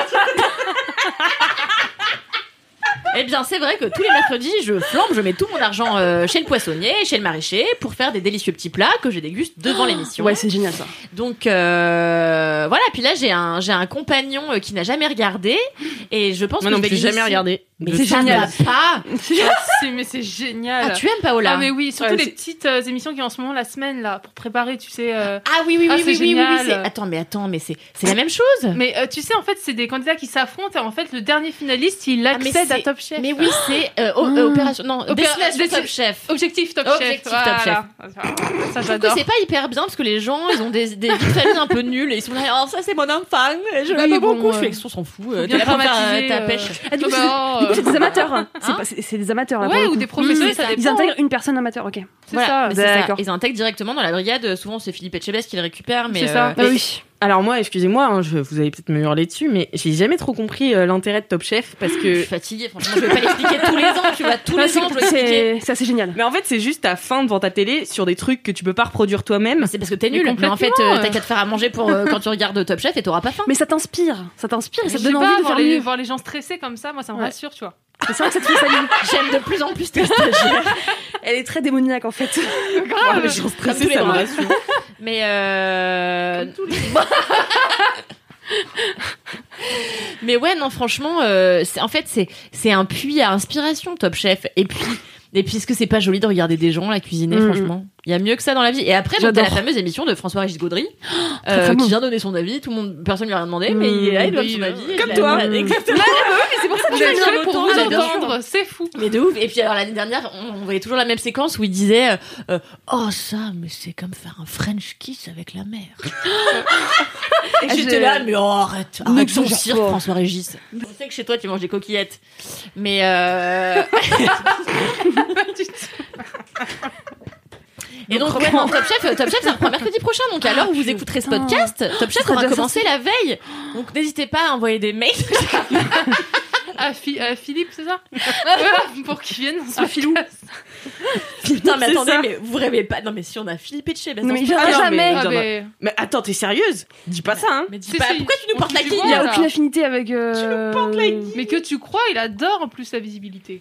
Eh bien, c'est vrai que tous les mercredis, je flambe, je mets tout mon argent euh, chez le poissonnier, chez le maraîcher, pour faire des délicieux petits plats que je déguste devant l'émission. Ouais, c'est génial ça. Donc euh, voilà. Puis là, j'ai un j'ai un compagnon euh, qui n'a jamais regardé, et je pense Moi que non je vais plus, jamais l'initier- regardé. Mais C'est ça génial. va pas. C'est- mais c'est génial. Ah, tu aimes Paola? Ah mais oui, surtout Ouais, les c'est- petites euh, émissions qui ont en ce moment la semaine là pour préparer, tu sais. euh, Ah oui oui oui Ah, oui c'est oui, oui, oui, génial. c'est- Attends mais attends mais c'est c'est la même chose. Mais euh, tu sais en fait c'est des candidats qui s'affrontent et en fait le dernier finaliste il Ah, mais accède à c'est- Top Chef. Mais oui c'est euh, o- euh, opération non Opéra- destination Destin- Top Chef. Objectif Top Objectif Chef. Top voilà. Ça Je trouve que j'adore. c'est pas hyper bien parce que les gens ils ont des des vies de famille un peu nulles et ils sont là oh ça c'est mon enfant et je Oui, l'aime bon, beaucoup. Je euh, fais on s'en fout. euh, bien T'es là pour faire euh, dramatiser, ta euh, pêche. Ah, du coup, bah, c'est- oh, du coup, c'est des amateurs. hein. C'est Hein pas- c'est c'est des amateurs là. Ouais, pour le ou coup. des professionnels, Mmh. ça dépend. Ils intègrent une personne amateur, ok. C'est Voilà, ça. mais c'est ça. D'accord. Ils intègrent directement dans la brigade. Souvent c'est Philippe Etchebest qui le récupère mais C'est ça. euh, Ah oui. Alors moi, excusez-moi, hein, je, vous allez peut-être me hurler dessus, mais j'ai jamais trop compris euh, l'intérêt de Top Chef parce je que... suis fatiguée franchement je vais pas l'expliquer tous les ans tu vois tous Ah, les c'est- ans je dois expliquer. C'est c'est assez génial. Mais en fait, c'est juste ta faim devant ta télé sur des trucs que tu peux pas reproduire toi-même. Mais c'est parce que t'es Mais nul. Mais en fait, complètement, euh, t'as euh. qu'à te faire à manger pour euh, quand tu regardes Top Chef et t'auras pas faim. Mais ça t'inspire, ça t'inspire et ça Je te sais donne pas, envie de voir faire les, mieux. voir les gens stressés comme ça, moi ça me Ouais. rassure, tu vois. Mais c'est vrai que ça te fait saluer. J'aime de plus en plus ta stagiaire. Elle est très démoniaque en fait. Ouais, les gens stressés, Comme tous ça les me bras. rassure. Mais euh... Mais ouais, non, franchement, euh, c'est en fait c'est c'est un puits à inspiration Top Chef. Et puis et puis est-ce que c'est pas joli de regarder des gens la cuisiner, Mm. franchement. Il y a mieux que ça dans la vie. Et après, donc, t'as la J'adore. fameuse émission de François-Régis Gaudry, très euh, bon. qui vient donner son avis. Tout le monde, personne lui a rien demandé, mais Mm. il est là, il donne Oui, son euh, avis. et comme je toi. l'aime. Exactement. C'est pour ça que Vous je êtes l'aime fait bien. pour vous autant, j'adore. entendre, c'est fou. Mais de ouf. Et puis alors l'année dernière, on, on voyait toujours la même séquence où il disait euh, euh, oh ça, mais c'est comme faire un French kiss avec la mer. Et Ah, j'étais je- là, mais oh, arrête, Ne arrête ton exagère cirque, pas. François Régis. Je sais que chez toi tu manges des coquillettes, mais euh... Et donc, ouais, non, Top Chef, euh, Top Chef, ça reprend mercredi prochain. Donc, à l'heure où vous écouterez ce podcast, Top Chef sera aura déjà commencé la veille. Donc, n'hésitez pas à envoyer des mails. Ah, Fi- euh, Philippe, c'est ça? Ouais, pour qu'il vienne dans ce Ah, Philou. podcast. Putain, mais C'est attendez, ça. mais vous rêvez pas. Non, mais si on a Philippe Etchebest. Non, mais il dans ce viendra Ah non, jamais. mais- Ah, J'en ai- mais- Mais attends, t'es sérieuse? Dis pas ça, hein. Mais dis Si, pas, si, pourquoi tu nous on portes la dit guille? Il n'y a Voilà. aucune affinité avec. euh, Tu nous portes la guille. Mais que tu crois, il adore en plus la visibilité.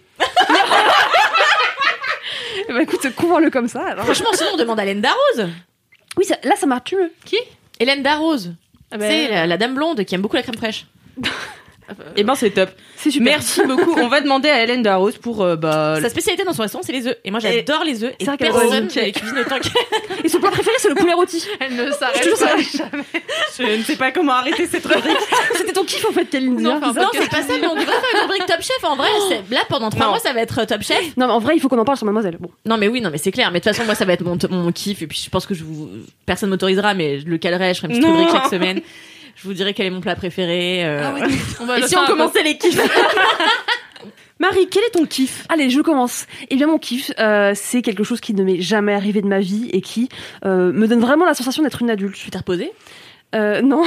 Bah écoute, convainc-le comme ça. alors. Franchement, sinon, on demande à Hélène Darroze. Oui, ça- là ça marche mieux. Qui? Hélène Darroze. Ah C'est la, la dame blonde qui aime beaucoup la crème fraîche. Eh ben, c'est top. C'est super. Merci beaucoup. On va demander à Hélène Darroze pour, euh, bah, Sa spécialité dans son restaurant, c'est les œufs. Et moi, j'adore les œufs. Et C'est vrai qu'elle personne adore. ne les cuisine autant qu'elle. Et son plat préféré, c'est le poulet rôti. Elle ne s'arrête toujours pas. je ne sais pas comment arrêter cette rubrique. C'était ton kiff en fait, Kaline. Non, enfin, Non, c'est pas ça, mais on devrait faire une rubrique Top Chef. En vrai, c'est- là, pendant trois Non. mois, ça va être Top Chef. Non, mais en vrai, il faut qu'on en parle sur Mademoiselle. Bon. Non, mais oui, non, mais c'est clair. Mais de toute façon, moi, ça va être mon, mon kiff. Et puis, je pense que je vous, personne m'autorisera, mais je le calerai. Je ferai une petite Non. rubrique chaque semaine. Je vous dirai quel est mon plat préféré. euh, On va Et le si faire on un commençait les kiffs? Marie, quel est ton kiff? Allez, je commence. Eh bien, mon kiff, euh, c'est quelque chose qui ne m'est jamais arrivé de ma vie et qui euh, me donne vraiment la sensation d'être une adulte. Tu t'es reposé? Euh, non.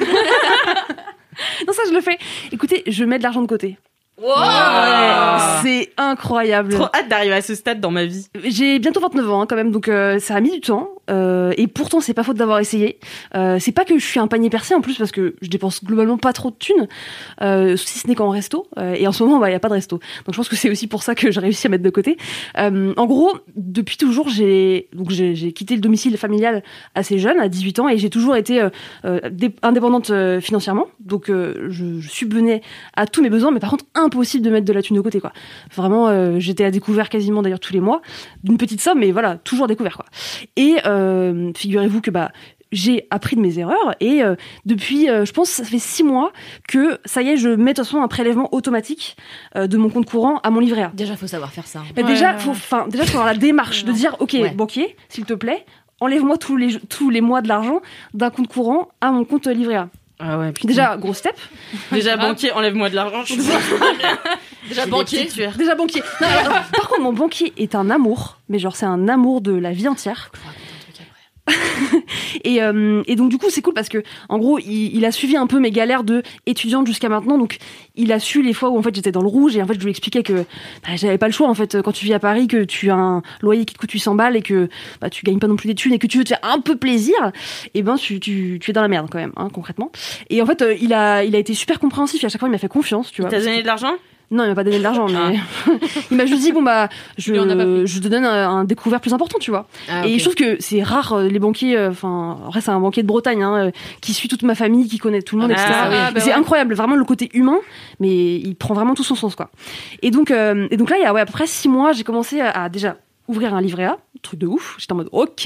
Non, ça, je le fais. Écoutez, je mets de l'argent de côté. Wow. Ouais, c'est incroyable. Trop hâte d'arriver à ce stade dans ma vie. J'ai bientôt vingt-neuf ans hein, quand même, donc euh, ça a mis du temps. Euh, et pourtant, c'est pas faute d'avoir essayé. Euh, c'est pas que je suis un panier percé en plus parce que je dépense globalement pas trop de thunes, euh, si ce n'est qu'en resto. Euh, et en ce moment, bah, y a pas de resto. Donc je pense que c'est aussi pour ça que j'ai réussi à mettre de côté. Euh, en gros, depuis toujours, j'ai donc j'ai, j'ai quitté le domicile familial assez jeune, à dix-huit ans, et j'ai toujours été euh, euh, dé- indépendante euh, financièrement. Donc euh, je, je subvenais à tous mes besoins, mais par contre impossible de mettre de la thune de côté, quoi. Vraiment, euh, j'étais à découvert quasiment d'ailleurs tous les mois d'une petite somme, mais voilà, toujours découvert, quoi. Et euh, figurez-vous que bah j'ai appris de mes erreurs et euh, depuis, euh, je pense, ça fait six mois que ça y est, je mets de toute façon un prélèvement automatique euh, de mon compte courant à mon livret A. Déjà, faut savoir faire ça. Mais Ouais, déjà, ouais, faut, ouais. enfin, déjà, faut avoir la démarche de Non. dire, ok, Ouais. banquier, s'il te plaît, enlève-moi tous les tous les mois de l'argent d'un compte courant à mon compte livret A. Ah ouais, Puis déjà, gros step. Déjà, banquier, enlève-moi de l'argent. Je suis Déjà, banquier. Déjà banquier. Non, alors, par contre, mon banquier est un amour, mais genre c'est un amour de la vie entière. Et, euh, et donc du coup c'est cool parce que en gros il, il a suivi un peu mes galères de étudiante jusqu'à maintenant, donc il a su les fois où en fait j'étais dans le rouge et en fait je lui expliquais que bah, j'avais pas le choix en fait quand tu vis à Paris, que tu as un loyer qui te coûte huit cents balles et que bah, tu gagnes pas non plus des thunes et que tu veux te faire un peu plaisir, et ben tu, tu, tu es dans la merde quand même hein, concrètement. Et en fait euh, il a il a été super compréhensif et à chaque fois il m'a fait confiance, tu vois. T'as donné de l'argent? Non, il m'a pas donné de l'argent, mais il m'a juste dit bon bah je je te donne un, un découvert plus important, tu vois. Ah, okay. Et je trouve que c'est rare les banquiers, enfin après c'est un banquier de Bretagne hein, qui suit toute ma famille, qui connaît tout le monde, ah, et cetera. Ah, bah c'est ouais. incroyable, vraiment le côté humain, mais il prend vraiment tout son sens quoi. Et donc euh, et donc là il y a ouais, à peu près six mois, j'ai commencé à, à déjà ouvrir un livret A, truc de ouf. J'étais en mode ok.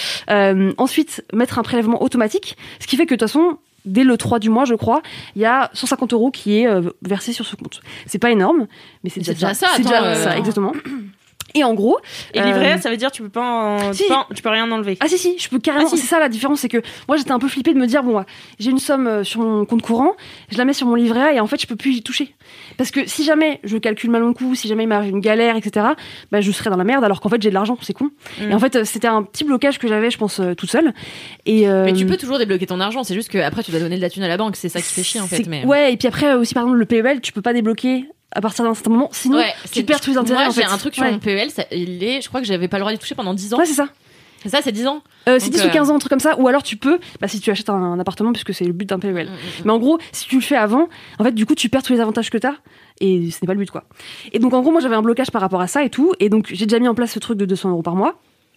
Euh, ensuite mettre un prélèvement automatique, ce qui fait que de toute façon dès le trois du mois, je crois, il y a cent cinquante euros qui est euh, versé sur ce compte. C'est pas énorme, mais c'est déjà, déjà ça. C'est attends, déjà euh... ça, exactement. Et en gros, et livret, euh... ça veut dire tu peux pas, en... si. tu, peux en... tu peux rien enlever. Ah si si, je peux carrément. Ah, si. C'est ça la différence, c'est que moi j'étais un peu flippée de me dire bon, j'ai une somme sur mon compte courant, je la mets sur mon livret A et en fait je peux plus y toucher. Parce que si jamais je calcule mal mon coup, si jamais il m'arrive une galère, et cetera, bah je serais dans la merde alors qu'en fait j'ai de l'argent, c'est con. Mm. Et en fait c'était un petit blocage que j'avais, je pense, euh, toute seule. Et euh... mais tu peux toujours débloquer ton argent, c'est juste que après tu dois donner de la thune à la banque, c'est ça qui fait chier en fait. Mais... ouais, et puis après aussi par exemple le P E L, tu peux pas débloquer à partir d'un certain moment, sinon ouais, tu perds tous les intérêts. Moi en fait. j'ai un truc sur ouais. mon P E L, ça, il est, je crois que j'avais pas le droit d'y toucher pendant dix ans. Ouais, c'est ça. C'est ça, c'est dix ans euh, C'est dix euh... ou quinze ans, un truc comme ça. Ou alors tu peux, bah, si tu achètes un, un appartement, puisque c'est le but d'un P E L. Mm, mm, Mais en gros, si tu le fais avant, en fait, du coup, tu perds tous les avantages que t'as. Et ce n'est pas le but, quoi. Et donc, en gros, moi, j'avais un blocage par rapport à ça et tout. Et donc, j'ai déjà mis en place ce truc de deux cents euros par mois.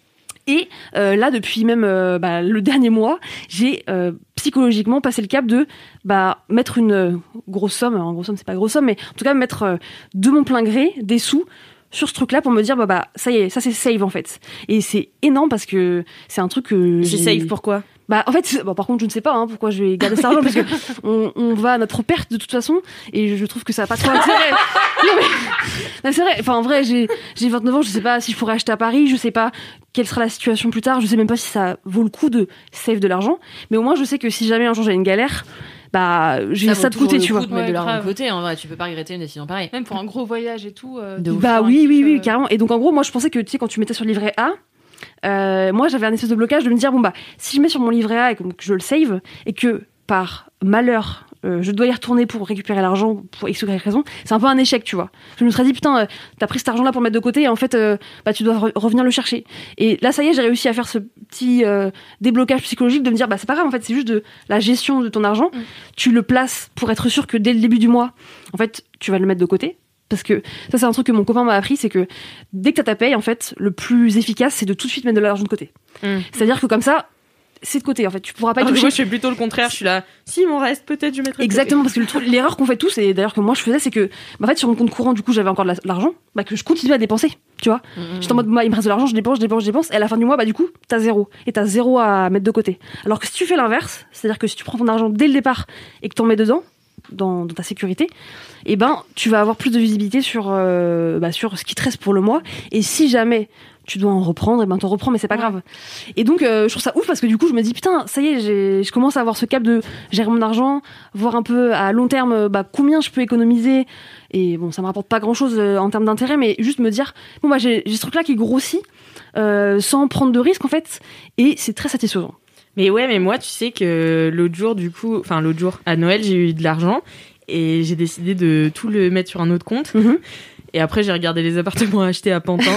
Et euh, là, depuis même euh, bah, le dernier mois, j'ai euh, psychologiquement passé le cap de bah, mettre une euh, grosse somme. Alors, grosse somme, c'est pas grosse somme, mais en tout cas, mettre euh, de mon plein gré des sous sur ce truc-là pour me dire bah bah ça y est, ça c'est save en fait. Et c'est énorme parce que c'est un truc que c'est j'ai... save pourquoi? Bah en fait bon, par contre je ne sais pas hein, pourquoi je vais garder cet argent parce que on, on va à notre perte de toute façon et je trouve que ça n'a pas trop intérêt. Non mais non, c'est vrai, enfin en vrai j'ai j'ai vingt-neuf ans, je sais pas si je pourrais acheter à Paris, je sais pas quelle sera la situation plus tard, je sais même pas si ça vaut le coup de save de l'argent, mais au moins je sais que si jamais un jour j'ai une galère, bah j'ai ça, ça de côté, tu vois. De mettre ouais, de l'argent de côté, en vrai, tu peux pas regretter une décision pareille. Même pour un gros voyage et tout. Euh, de bah ouf, oui, oui, oui, euh... carrément. Et donc en gros, moi je pensais que tu sais quand tu mettais sur le livret A, euh, moi j'avais un espèce de blocage de me dire bon bah si je mets sur mon livret A et que je le save et que par malheur euh, je dois y retourner pour récupérer l'argent pour X ou Y raison, c'est un peu un échec, tu vois. Je me serais dit putain, euh, t'as pris cet argent là pour le mettre de côté et en fait euh, bah tu dois re- revenir le chercher. Et là ça y est, j'ai réussi à faire ce petit euh, déblocage psychologique de me dire bah c'est pas grave en fait, c'est juste de la gestion de ton argent. Mm. Tu le places pour être sûr que dès le début du mois, en fait, tu vas le mettre de côté. Parce que ça c'est un truc que mon copain m'a appris, c'est que dès que t'as ta paye, en fait, le plus efficace c'est de tout de suite mettre de l'argent de côté. Mm. C'est-à-dire que comme ça, c'est de côté en fait, tu pourras pas y toucher. Moi je fais plutôt le contraire, je suis là, si il m'en reste peut-être je mettrai. Exactement, parce que le truc, l'erreur qu'on fait tous, et d'ailleurs que moi je faisais, c'est que bah, en fait sur mon compte courant du coup j'avais encore de l'argent, bah que je continuais à dépenser, tu vois. Mmh. J'étais en mode bah, il me reste de l'argent, je dépense, je dépense, je dépense, et à la fin du mois bah du coup t'as zéro, et t'as zéro à mettre de côté. Alors que si tu fais l'inverse, c'est-à-dire que si tu prends ton argent dès le départ et que t'en mets dedans, dans, dans ta sécurité, et ben tu vas avoir plus de visibilité sur euh, bah, sur ce qui te reste pour le mois, et si jamais tu dois en reprendre, et ben t'en reprends, mais c'est pas ouais. grave. Et donc euh, je trouve ça ouf parce que du coup je me dis putain ça y est, j'ai, je commence à avoir ce cap de gérer mon argent, voir un peu à long terme bah, combien je peux économiser, et bon ça me rapporte pas grand chose euh, en termes d'intérêt, mais juste me dire bon bah j'ai, j'ai ce truc là qui grossit euh, sans prendre de risques en fait, et c'est très satisfaisant. Mais ouais, mais moi tu sais que l'autre jour du coup, enfin l'autre jour à Noël j'ai eu de l'argent et j'ai décidé de tout le mettre sur un autre compte. Mm-hmm. Et après j'ai regardé les appartements à acheter à Pantin.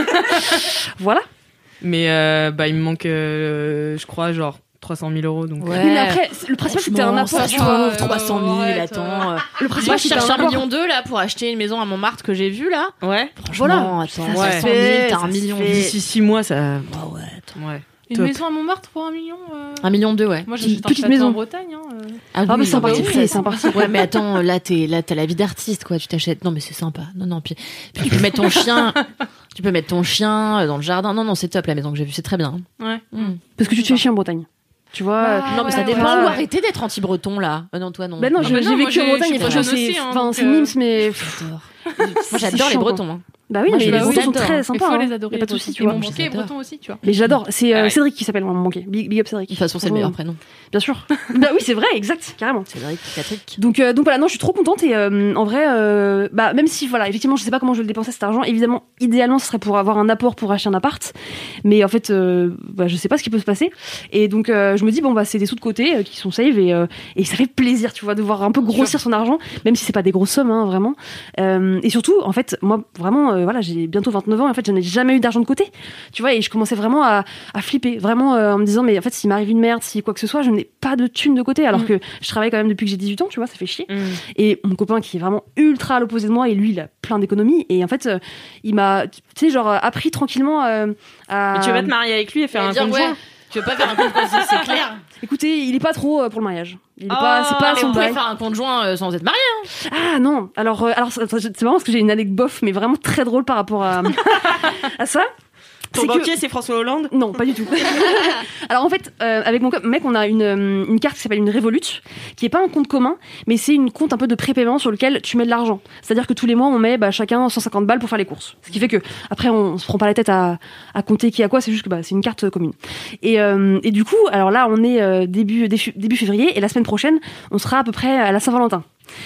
Voilà. Mais euh, bah il me manque, euh, je crois, genre trois cent mille euros. Donc. Ouais. Oui, mais après, le principal c'est que t'as un apport. Tu trouves trois cent mille, attends. Euh, le principal, moi, je cherche un million deux là pour acheter une maison à Montmartre que j'ai vue là. Ouais. Franchement, voilà. Attends, ouais. cent mille, t'as un million. D'ici six mois, ça. Bah ouais. Attends. Ouais. Une Top. maison à Montmartre pour un million euh... Un million deux, ouais. Moi, j'ai une petite maison en Bretagne. Hein, euh... Ah, oui, ah, mais c'est un parti oui, pris, c'est un parti. Ouais, mais attends, là, t'es, là, t'as la vie d'artiste, quoi. Tu t'achètes. Non, mais c'est sympa. Non, non. Puis, puis tu peux mettre ton chien. Tu peux mettre ton chien dans le jardin. Non, non, c'est top la maison que j'ai vue. C'est très bien. Ouais. Mmh. Parce que tu te fais chier en Bretagne. Tu vois. Ah, non, mais ouais, ça dépend. ouais. Ou arrêtez d'être anti-breton là. Euh, non, toi non. Ben non, non j'ai, mais j'ai non, vécu moi, en Bretagne. j'ai, Et franchement, c'est, aussi, hein, enfin, c'est euh... Nîmes, mais. Moi, j'adore les Bretons. Hein. Bah oui, Moi, mais je les les Bretons sont adore. très Il sympas. faut hein. les adorer. Y a pas de les souci, Bretons. tu Et vois. mon banquier est J'adore. breton aussi, tu vois. Mais j'adore. C'est euh, Ah ouais. Cédric qui s'appelle mon banquier. Big, big up Cédric. De toute façon, c'est le Vraiment. meilleur prénom. Bien sûr. Bah oui, c'est vrai, exact, carrément. Cédric, Patrick. Donc, euh, donc voilà, non, je suis trop contente et euh, en vrai, euh, bah même si voilà, effectivement, je sais pas comment je vais le dépenser cet argent. Évidemment, idéalement, ce serait pour avoir un apport pour acheter un appart, mais en fait, euh, bah, je sais pas ce qui peut se passer. Et donc, euh, je me dis bon bah c'est des sous de côté euh, qui sont save et euh, et ça fait plaisir, tu vois, de voir un peu grossir son argent, même si c'est pas des grosses sommes, hein, vraiment. Euh, et surtout, en fait, moi vraiment, euh, voilà, j'ai bientôt vingt-neuf ans et en fait, je n'ai jamais eu d'argent de côté, tu vois, et je commençais vraiment à, à flipper, vraiment euh, en me disant mais en fait, s'il m'arrive une merde, si quoi que ce soit, je n'ai pas de thunes de côté, alors Mm. que je travaille quand même depuis que j'ai dix-huit ans, tu vois, ça fait chier. Mm. Et mon copain qui est vraiment ultra à l'opposé de moi, et lui, il a plein d'économies. Et en fait, euh, il m'a, tu sais, genre, euh, appris tranquillement euh, à. Mais tu vas te marier avec lui et faire un dire, compte ouais, joint. tu veux pas faire un compte conjoint, c'est clair. Écoutez, il est pas trop euh, pour le mariage. Il est Oh, pas, c'est pas mais son on pourrait bail. faire un compte joint euh, sans être marié. Hein. Ah non. Alors, euh, alors, c'est c'est marrant parce que j'ai une anecdote bof, mais vraiment très drôle par rapport à, à ça. Ton C'est que- banquier, c'est François Hollande? Non, pas du tout. Alors en fait, euh, avec mon co- mec, on a une, euh, une carte qui s'appelle une Revolut, qui est pas un compte commun, mais c'est une compte un peu de prépaiement sur lequel tu mets de l'argent. C'est-à-dire que tous les mois, on met bah, chacun cent cinquante balles pour faire les courses. Ce qui fait que après, on, on se prend pas la tête à, à compter qui a quoi. C'est juste que bah, c'est une carte commune. Et, euh, et du coup, alors là, on est euh, début, début début février, et la semaine prochaine, on sera à peu près à la Saint-Valentin.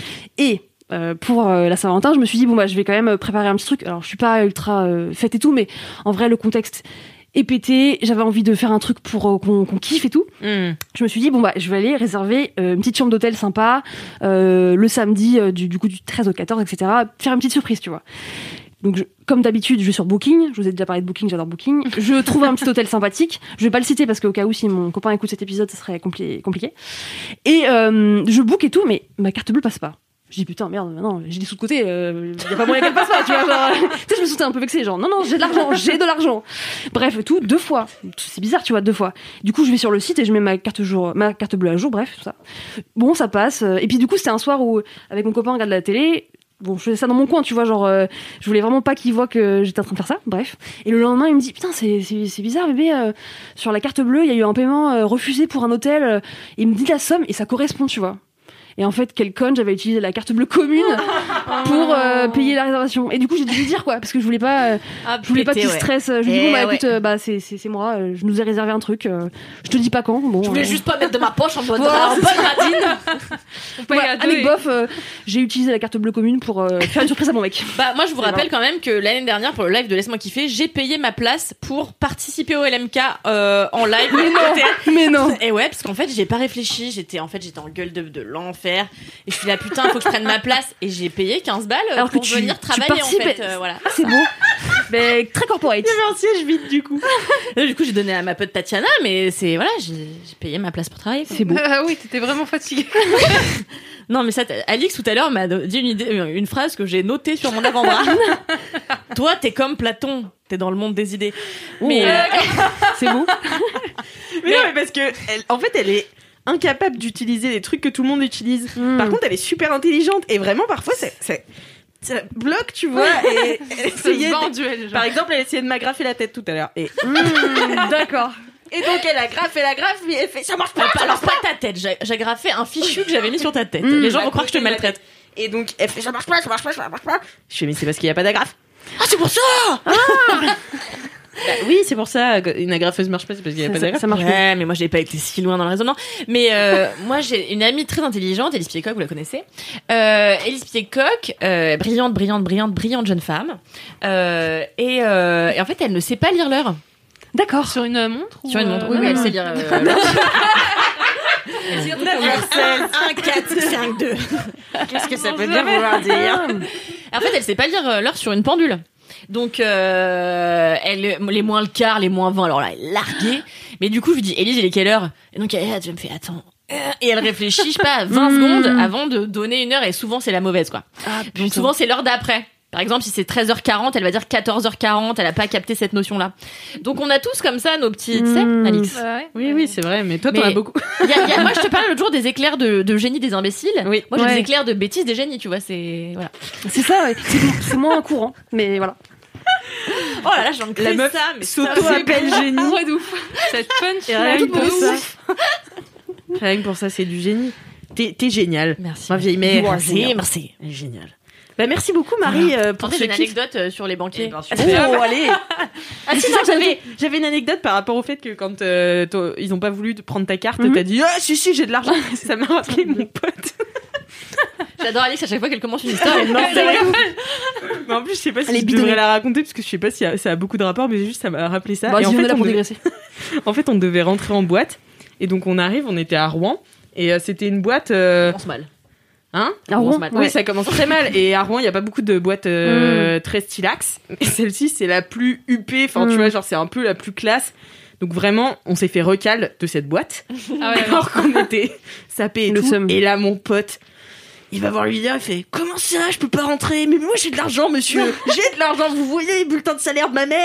Et Euh, pour euh, la Saint-Valentin, je me suis dit bon bah je vais quand même préparer un petit truc. Alors je suis pas ultra euh, fête et tout, mais en vrai le contexte est pété. J'avais envie de faire un truc pour euh, qu'on, qu'on kiffe et tout. Mm. Je me suis dit bon bah je vais aller réserver euh, une petite chambre d'hôtel sympa euh, le samedi euh, du, du coup du treize au quatorze, et cetera. Faire une petite surprise, tu vois. Donc, je, comme d'habitude, je vais sur Booking. Je vous ai déjà parlé de Booking, j'adore Booking. Je trouve un petit hôtel sympathique. Je vais pas le citer parce qu'au cas où, si mon copain écoute cet épisode, ça serait compli- compliqué. Et euh, je book et tout, mais ma carte bleue passe pas. Je dis putain, merde, non, j'ai des sous de côté, il euh, y a pas moyen qu'elle passe pas, tu vois. Genre, tu sais, je me sentais un peu vexée, genre non, non, j'ai de l'argent, j'ai de l'argent. Bref, tout, deux fois. C'est bizarre, tu vois, deux fois. Du coup, je vais sur le site et je mets ma carte, jour, ma carte bleue à jour, bref, tout ça. Bon, ça passe. Et puis, du coup, c'était un soir où, avec mon copain, on regarde la télé. Bon, je faisais ça dans mon coin, tu vois, genre, euh, je voulais vraiment pas qu'il voit que j'étais en train de faire ça, bref. Et le lendemain, il me dit, putain, c'est, c'est, c'est bizarre, bébé, euh, sur la carte bleue, il y a eu un paiement euh, refusé pour un hôtel, euh, il me dit la somme, et ça correspond, tu vois. Et en fait, quel con, j'avais utilisé la carte bleue commune pour euh, payer la réservation. Et du coup, j'ai dû lui dire, quoi, parce que je voulais pas, euh, Ah, je voulais pas pété, qu'il ouais. stresse. Je lui dis, Eh bon, bah, ouais. écoute, euh, bah, c'est, c'est, c'est moi, euh, je nous ai réservé un truc, euh, je te dis pas quand, bon. Je voulais euh, juste pas mettre de ma poche en mode Voilà, en c'est bonne ça. radine. On paye Voilà, à deux. avec et- bof, euh, j'ai utilisé la carte bleue commune pour euh, faire une surprise à mon mec. Bah moi je vous Et rappelle quand même que l'année dernière pour le live de Laisse-moi kiffer, j'ai payé ma place pour participer au L M K euh, en live. Mais non, au théâtre. mais non. Et ouais, parce qu'en fait j'ai pas réfléchi, j'étais en fait j'étais en gueule de, de l'enfer et je suis là putain faut que je prenne ma place et j'ai payé quinze balles euh, Alors que pour tu- venir tu travailler en participes fait. à- euh, voilà. Ah, c'est beau. Mais très corporate. Il y avait un siège vide du coup. Et du coup j'ai donné à ma pote Tatiana, mais c'est voilà j'ai j'ai payé ma place pour travailler. C'est beau. Ah oui, t'étais vraiment fatiguée. Non mais ça, t- Alix tout à l'heure m'a do- dit une idée, une phrase que j'ai notée sur mon avant-bras. Toi t'es comme Platon, t'es dans le monde des idées. Mais Oh. euh, C'est beau. Mais non, mais parce que, elle- en fait, elle est incapable d'utiliser les trucs que tout le monde utilise. Mm. Par contre, elle est super intelligente et vraiment, parfois, c'est, c'est, ça bloque, tu vois. Et elle Ça se essayait bat en de- duel, genre. Par exemple, elle essayait de m'agrafer la tête tout à l'heure. Et, Mmh, d'accord. et donc, elle agrafe, elle agrafe, mais elle fait ça marche pas. Ah, alors pas ta tête, j'ai j'ai agrafé un fichu que j'avais mis sur ta tête. Mmh. Les gens vont croire que je te maltraite. Et donc, elle fait ça marche pas, ça marche pas, ça marche pas. Je fais, mais c'est parce qu'il y a pas d'agrafe. Ah, c'est pour ça! Bah oui, c'est pour ça. Une agrafeuse marche pas, c'est parce qu'il y a Ça- pas ça- d'agrafe. ça marche pas. Ouais, mais moi j'ai pas été si loin dans le raisonnement. Mais euh, moi j'ai une amie très intelligente, Élise Piecoq, vous la connaissez. Euh, Élise Piecoq, euh, brillante, brillante, brillante, brillante jeune femme. Euh, et, euh, et en fait, elle ne sait pas lire l'heure. D'accord. Sur une montre ou Sur une montre. euh, Oui, oui, elle sait lire euh, l'heure. neuf seize, un, quatre, cinq, deux. Qu'est-ce que ça peut bien vouloir dire? En fait, elle sait pas lire euh, l'heure sur une pendule. Donc, euh, elle, les moins le quart, les moins vingt, alors là, elle est larguée. Mais du coup, je lui dis, Élise, il est quelle heure? Et donc, elle, elle me fait, attends. Et elle réfléchit, je sais pas, vingt secondes avant de donner une heure, et souvent, c'est la mauvaise, quoi. Ah, Donc, putain. souvent, c'est l'heure d'après. Par exemple, si c'est treize heures quarante, elle va dire quatorze heures quarante, elle a pas capté cette notion-là. Donc, on a tous comme ça nos petits, tu sais, Mm. Alix. Ouais. Oui, oui, c'est vrai, mais toi, t'en Mais- as beaucoup. Il y a- il y a- moi, je te parlais l'autre jour des éclairs de, de génie des imbéciles. Oui. Moi, j'ai Ouais. des éclairs de bêtises des génies, tu vois, c'est, voilà. C'est ça, ouais. C'est, c'est moins courant, mais voilà. Oh là là, j'en crée La meuf ça, mais ça, s'auto-appelle c'est- génie. Ouais, de ouf. Cette punch. Et rien là, que pour de ça. ouf. Rien que pour ça, c'est du génie. T'es, t'es génial. Merci. Ma vieille mère. Merci, géniale. merci. Elle est géniale. Bah, merci beaucoup, Marie, euh, pour J'ai ce une kiff. anecdote euh, sur les banquiers. Oh, allez. Ah si, non, j'avais, j'avais une anecdote par rapport au fait que quand euh, ils ont pas voulu te prendre ta carte, mm-hmm. t'as dit ah si si j'ai de l'argent. Ça m'a rappelé mon pote. J'adore Alix, à chaque fois qu'elle commence une histoire, elle lance Mais en plus, je sais pas si je devrais la raconter parce que je sais pas si ça a beaucoup de rapport, mais juste ça m'a rappelé ça. Bah, et en fait, on on devait... en fait, on devait rentrer en boîte et donc on arrive, on était à Rouen et euh, c'était une boîte. Euh... On commence mal. Hein à Rouen, mal. Oui, ouais. Ça commence très mal. Et à Rouen, il y a pas beaucoup de boîtes euh, mmh. très stylax. Et celle-ci, c'est la plus huppée. Enfin, mmh. tu vois, genre c'est un peu la plus classe. Donc vraiment, on s'est fait recal de cette boîte. Ah ouais, alors qu'on était sapés et le tout. Somme. Et là, mon pote. Il va voir le leader, il fait « Comment ça, je peux pas rentrer ? Mais moi, j'ai de l'argent, monsieur. J'ai de l'argent, vous voyez, bulletin de salaire de ma mère. »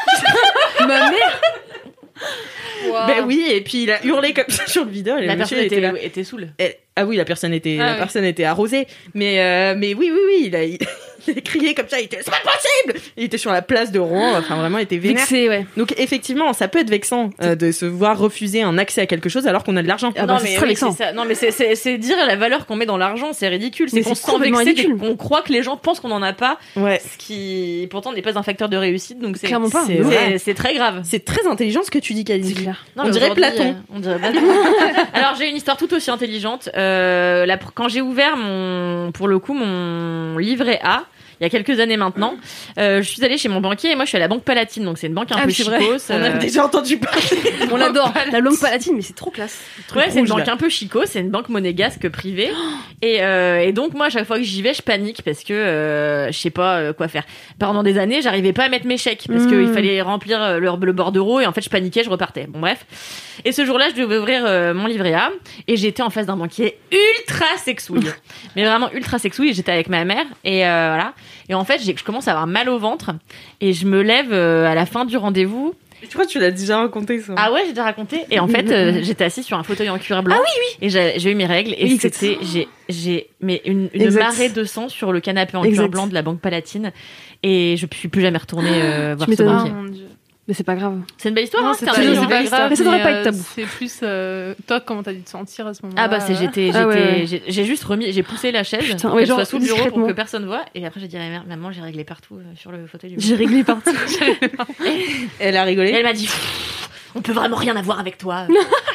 Ma mère wow. Ben oui, et puis il a hurlé comme ça sur le leader. Et la le personne était, était, là. était saoule. Elle, ah oui, la personne était, ah la oui. personne était arrosée. Mais, euh, mais oui, oui, oui, il a, il, il a crié comme ça, il était « C'est pas possible !» Il était sur la place de Rouen, enfin vraiment, il était vénère. Vexé, ouais. Donc effectivement, ça peut être vexant euh, de se voir refuser un accès à quelque chose alors qu'on a de l'argent. Ah non, bah, mais c'est très oui, vexant. C'est ça. Non, mais c'est, c'est, c'est dire la valeur qu'on met dans l'argent, c'est ridicule. C'est mais qu'on se sent vexé, qu'on croit que les gens pensent qu'on en a pas. Ouais. Ce qui, pourtant, n'est pas un facteur de réussite. Donc c'est, clairement pas. C'est, c'est, c'est très grave. C'est très intelligent ce que tu dis, Kalindi. C'est clair. Non, on, dirait Platon. Euh, on dirait Platon. Alors j'ai une histoire tout aussi intelligente. Euh, la, quand j'ai ouvert mon, pour le coup, mon livret A. Il y a quelques années maintenant, euh, je suis allée chez mon banquier et moi je suis à la Banque Palatine, donc c'est une banque un ah, peu chicos. Euh... On a déjà entendu parler. On l'adore, la Banque Palatine, mais c'est trop classe. Ouais, c'est une banque un peu chicos, c'est une banque monégasque privée. et, euh, et donc moi, à chaque fois que j'y vais, je panique parce que euh, je sais pas euh, quoi faire. Pendant des années, j'arrivais pas à mettre mes chèques parce mmh. qu'il fallait remplir le, le bordereau et en fait je paniquais, je repartais. Bon bref. Et ce jour-là, je devais ouvrir euh, mon livret A et j'étais en face d'un banquier ultra sexouille, mais vraiment ultra sexouille. Et j'étais avec ma mère et euh, voilà. Et en fait, j'ai, je commence à avoir mal au ventre et je me lève euh, à la fin du rendez-vous. Je crois que tu l'as déjà raconté ça. Ah ouais, j'ai déjà raconté. Et en fait, euh, j'étais assise sur un fauteuil en cuir blanc. Ah oui, oui. Et j'ai, j'ai eu mes règles et oui, c'était, j'ai, j'ai, mais une, une marée de sang sur le canapé en exact. Cuir blanc de la Banque Palatine. Et je suis plus jamais retournée euh, voir ce banquier. Oh, mon Dieu. Mais c'est pas grave. C'est une belle histoire, non, hein, c'est, c'est, c'est, c'est, c'est pas grave. Mais ça devrait mais pas euh, être tabou. C'est plus euh, toi, comment t'as dû te sentir à ce moment-là. Ah bah c'est j'étais, j'étais, ah ouais. j'ai, j'ai juste remis, j'ai poussé la chaise Putain, pour ouais, qu'elle soit sous le bureau discrètement. pour que personne voit. Et après j'ai dit à ma mère, maman, j'ai réglé partout euh, sur le fauteuil du bureau. J'ai réglé partout. Elle a rigolé. Et elle m'a dit, on peut vraiment rien avoir avec toi.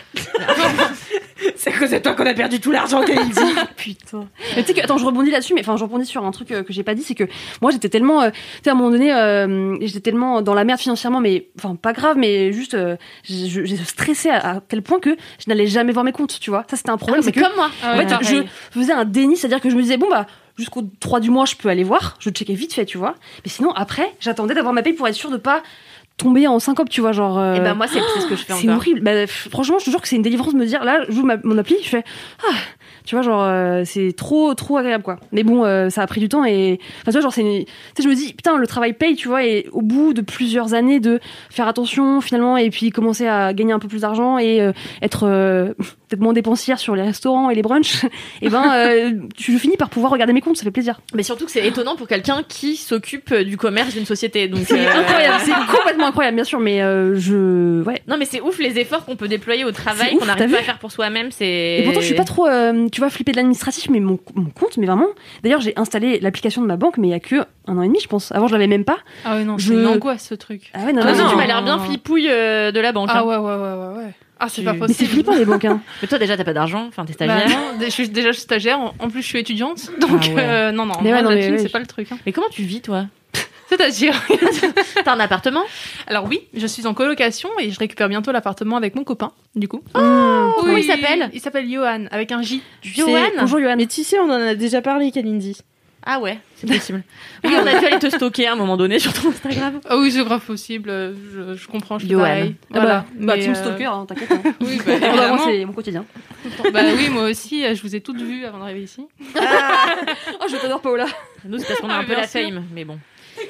C'est à cause de toi qu'on a perdu tout l'argent qu'elle dit. Putain. Mais tu sais que, attends, je rebondis là-dessus, mais enfin, je rebondis sur un truc euh, que j'ai pas dit, c'est que moi, j'étais tellement, euh, tu sais, à un moment donné, euh, j'étais tellement dans la merde financièrement, mais, enfin, pas grave, mais juste, euh, j'ai, j'ai stressé à, à tel point que je n'allais jamais voir mes comptes, tu vois. Ça, c'était un problème. Ah, c'est c'est que, comme moi. en fait, je faisais un déni, c'est-à-dire que je me disais, bon, bah, jusqu'au trois du mois, je peux aller voir, je checkais vite fait, tu vois. Mais sinon, après, j'attendais d'avoir ma paye pour être sûre de pas tomber en syncope, tu vois, genre. Euh... Et bah, moi, c'est, c'est ce que je fais c'est encore. horrible. Bah, f- franchement, je te jure que c'est une délivrance de me dire, là, j'ouvre ma- mon appli, je fais, ah, tu vois, genre, euh, c'est trop, trop agréable, quoi. Mais bon, euh, ça a pris du temps et, enfin, tu vois, genre, c'est une... tu sais, je me dis, putain, le travail paye, tu vois, et au bout de plusieurs années de faire attention, finalement, et puis commencer à gagner un peu plus d'argent et euh, être euh, peut-être moins dépensière sur les restaurants et les brunchs, et ben, euh, je finis par pouvoir regarder mes comptes, ça fait plaisir. Mais surtout que c'est étonnant pour quelqu'un qui s'occupe du commerce d'une société. Donc, c'est euh... incroyable, c'est complètement incroyable, bien sûr, mais euh, je, ouais. Non, mais c'est ouf les efforts qu'on peut déployer au travail, ouf, qu'on n'arrive pas à faire pour soi-même. C'est. Et pourtant, je suis pas trop, euh, tu vois, flippée de l'administratif, mais mon, mon compte, mais vraiment. D'ailleurs, j'ai installé l'application de ma banque, mais il y a que un an et demi, je pense. Avant, je l'avais même pas. Ah ouais, non, je... c'est une angoisse ce truc. Ah ouais, non, Toi non, aussi, non, tu m'as non, l'air bien flippouille euh, de la banque. Ah hein. ouais, ouais, ouais, ouais, ouais. Ah, c'est tu... pas possible. Mais c'est flippant les banques. Hein. Mais toi, déjà, t'as pas d'argent. Enfin, t'es stagiaire. Bah non, je suis déjà stagiaire. En plus, je suis étudiante. Donc, ah ouais. euh, non, non, mais moi, ouais, non, la mais thune, ouais, c'est je... pas le truc. Hein. Mais comment tu vis, toi? C'est-à-dire T'as un appartement? Alors oui, je suis en colocation et je récupère bientôt l'appartement avec mon copain, du coup. Oh, oui, comment il s'appelle? Il s'appelle Johan, avec un J. Johan. Bonjour Johan. Mais tu sais, on en a déjà parlé, Kalindi. Ah ouais, c'est possible. Oui, on a dû aller te stocker à un moment donné sur ton Instagram. Ah oui, c'est grave possible. Je, je comprends, je suis Johan. pareil. Ah Voilà. bah, bah Mais, team euh... stalker, hein, t'inquiète. Hein. Oui, bah, Vraiment, évidemment. c'est mon quotidien. Bah oui, moi aussi, je vous ai toutes vues avant d'arriver ici. Ah oh, je t'adore, Paola. Nous, c'est parce qu'on a Ah, un peu bien la sûr. fame, mais bon.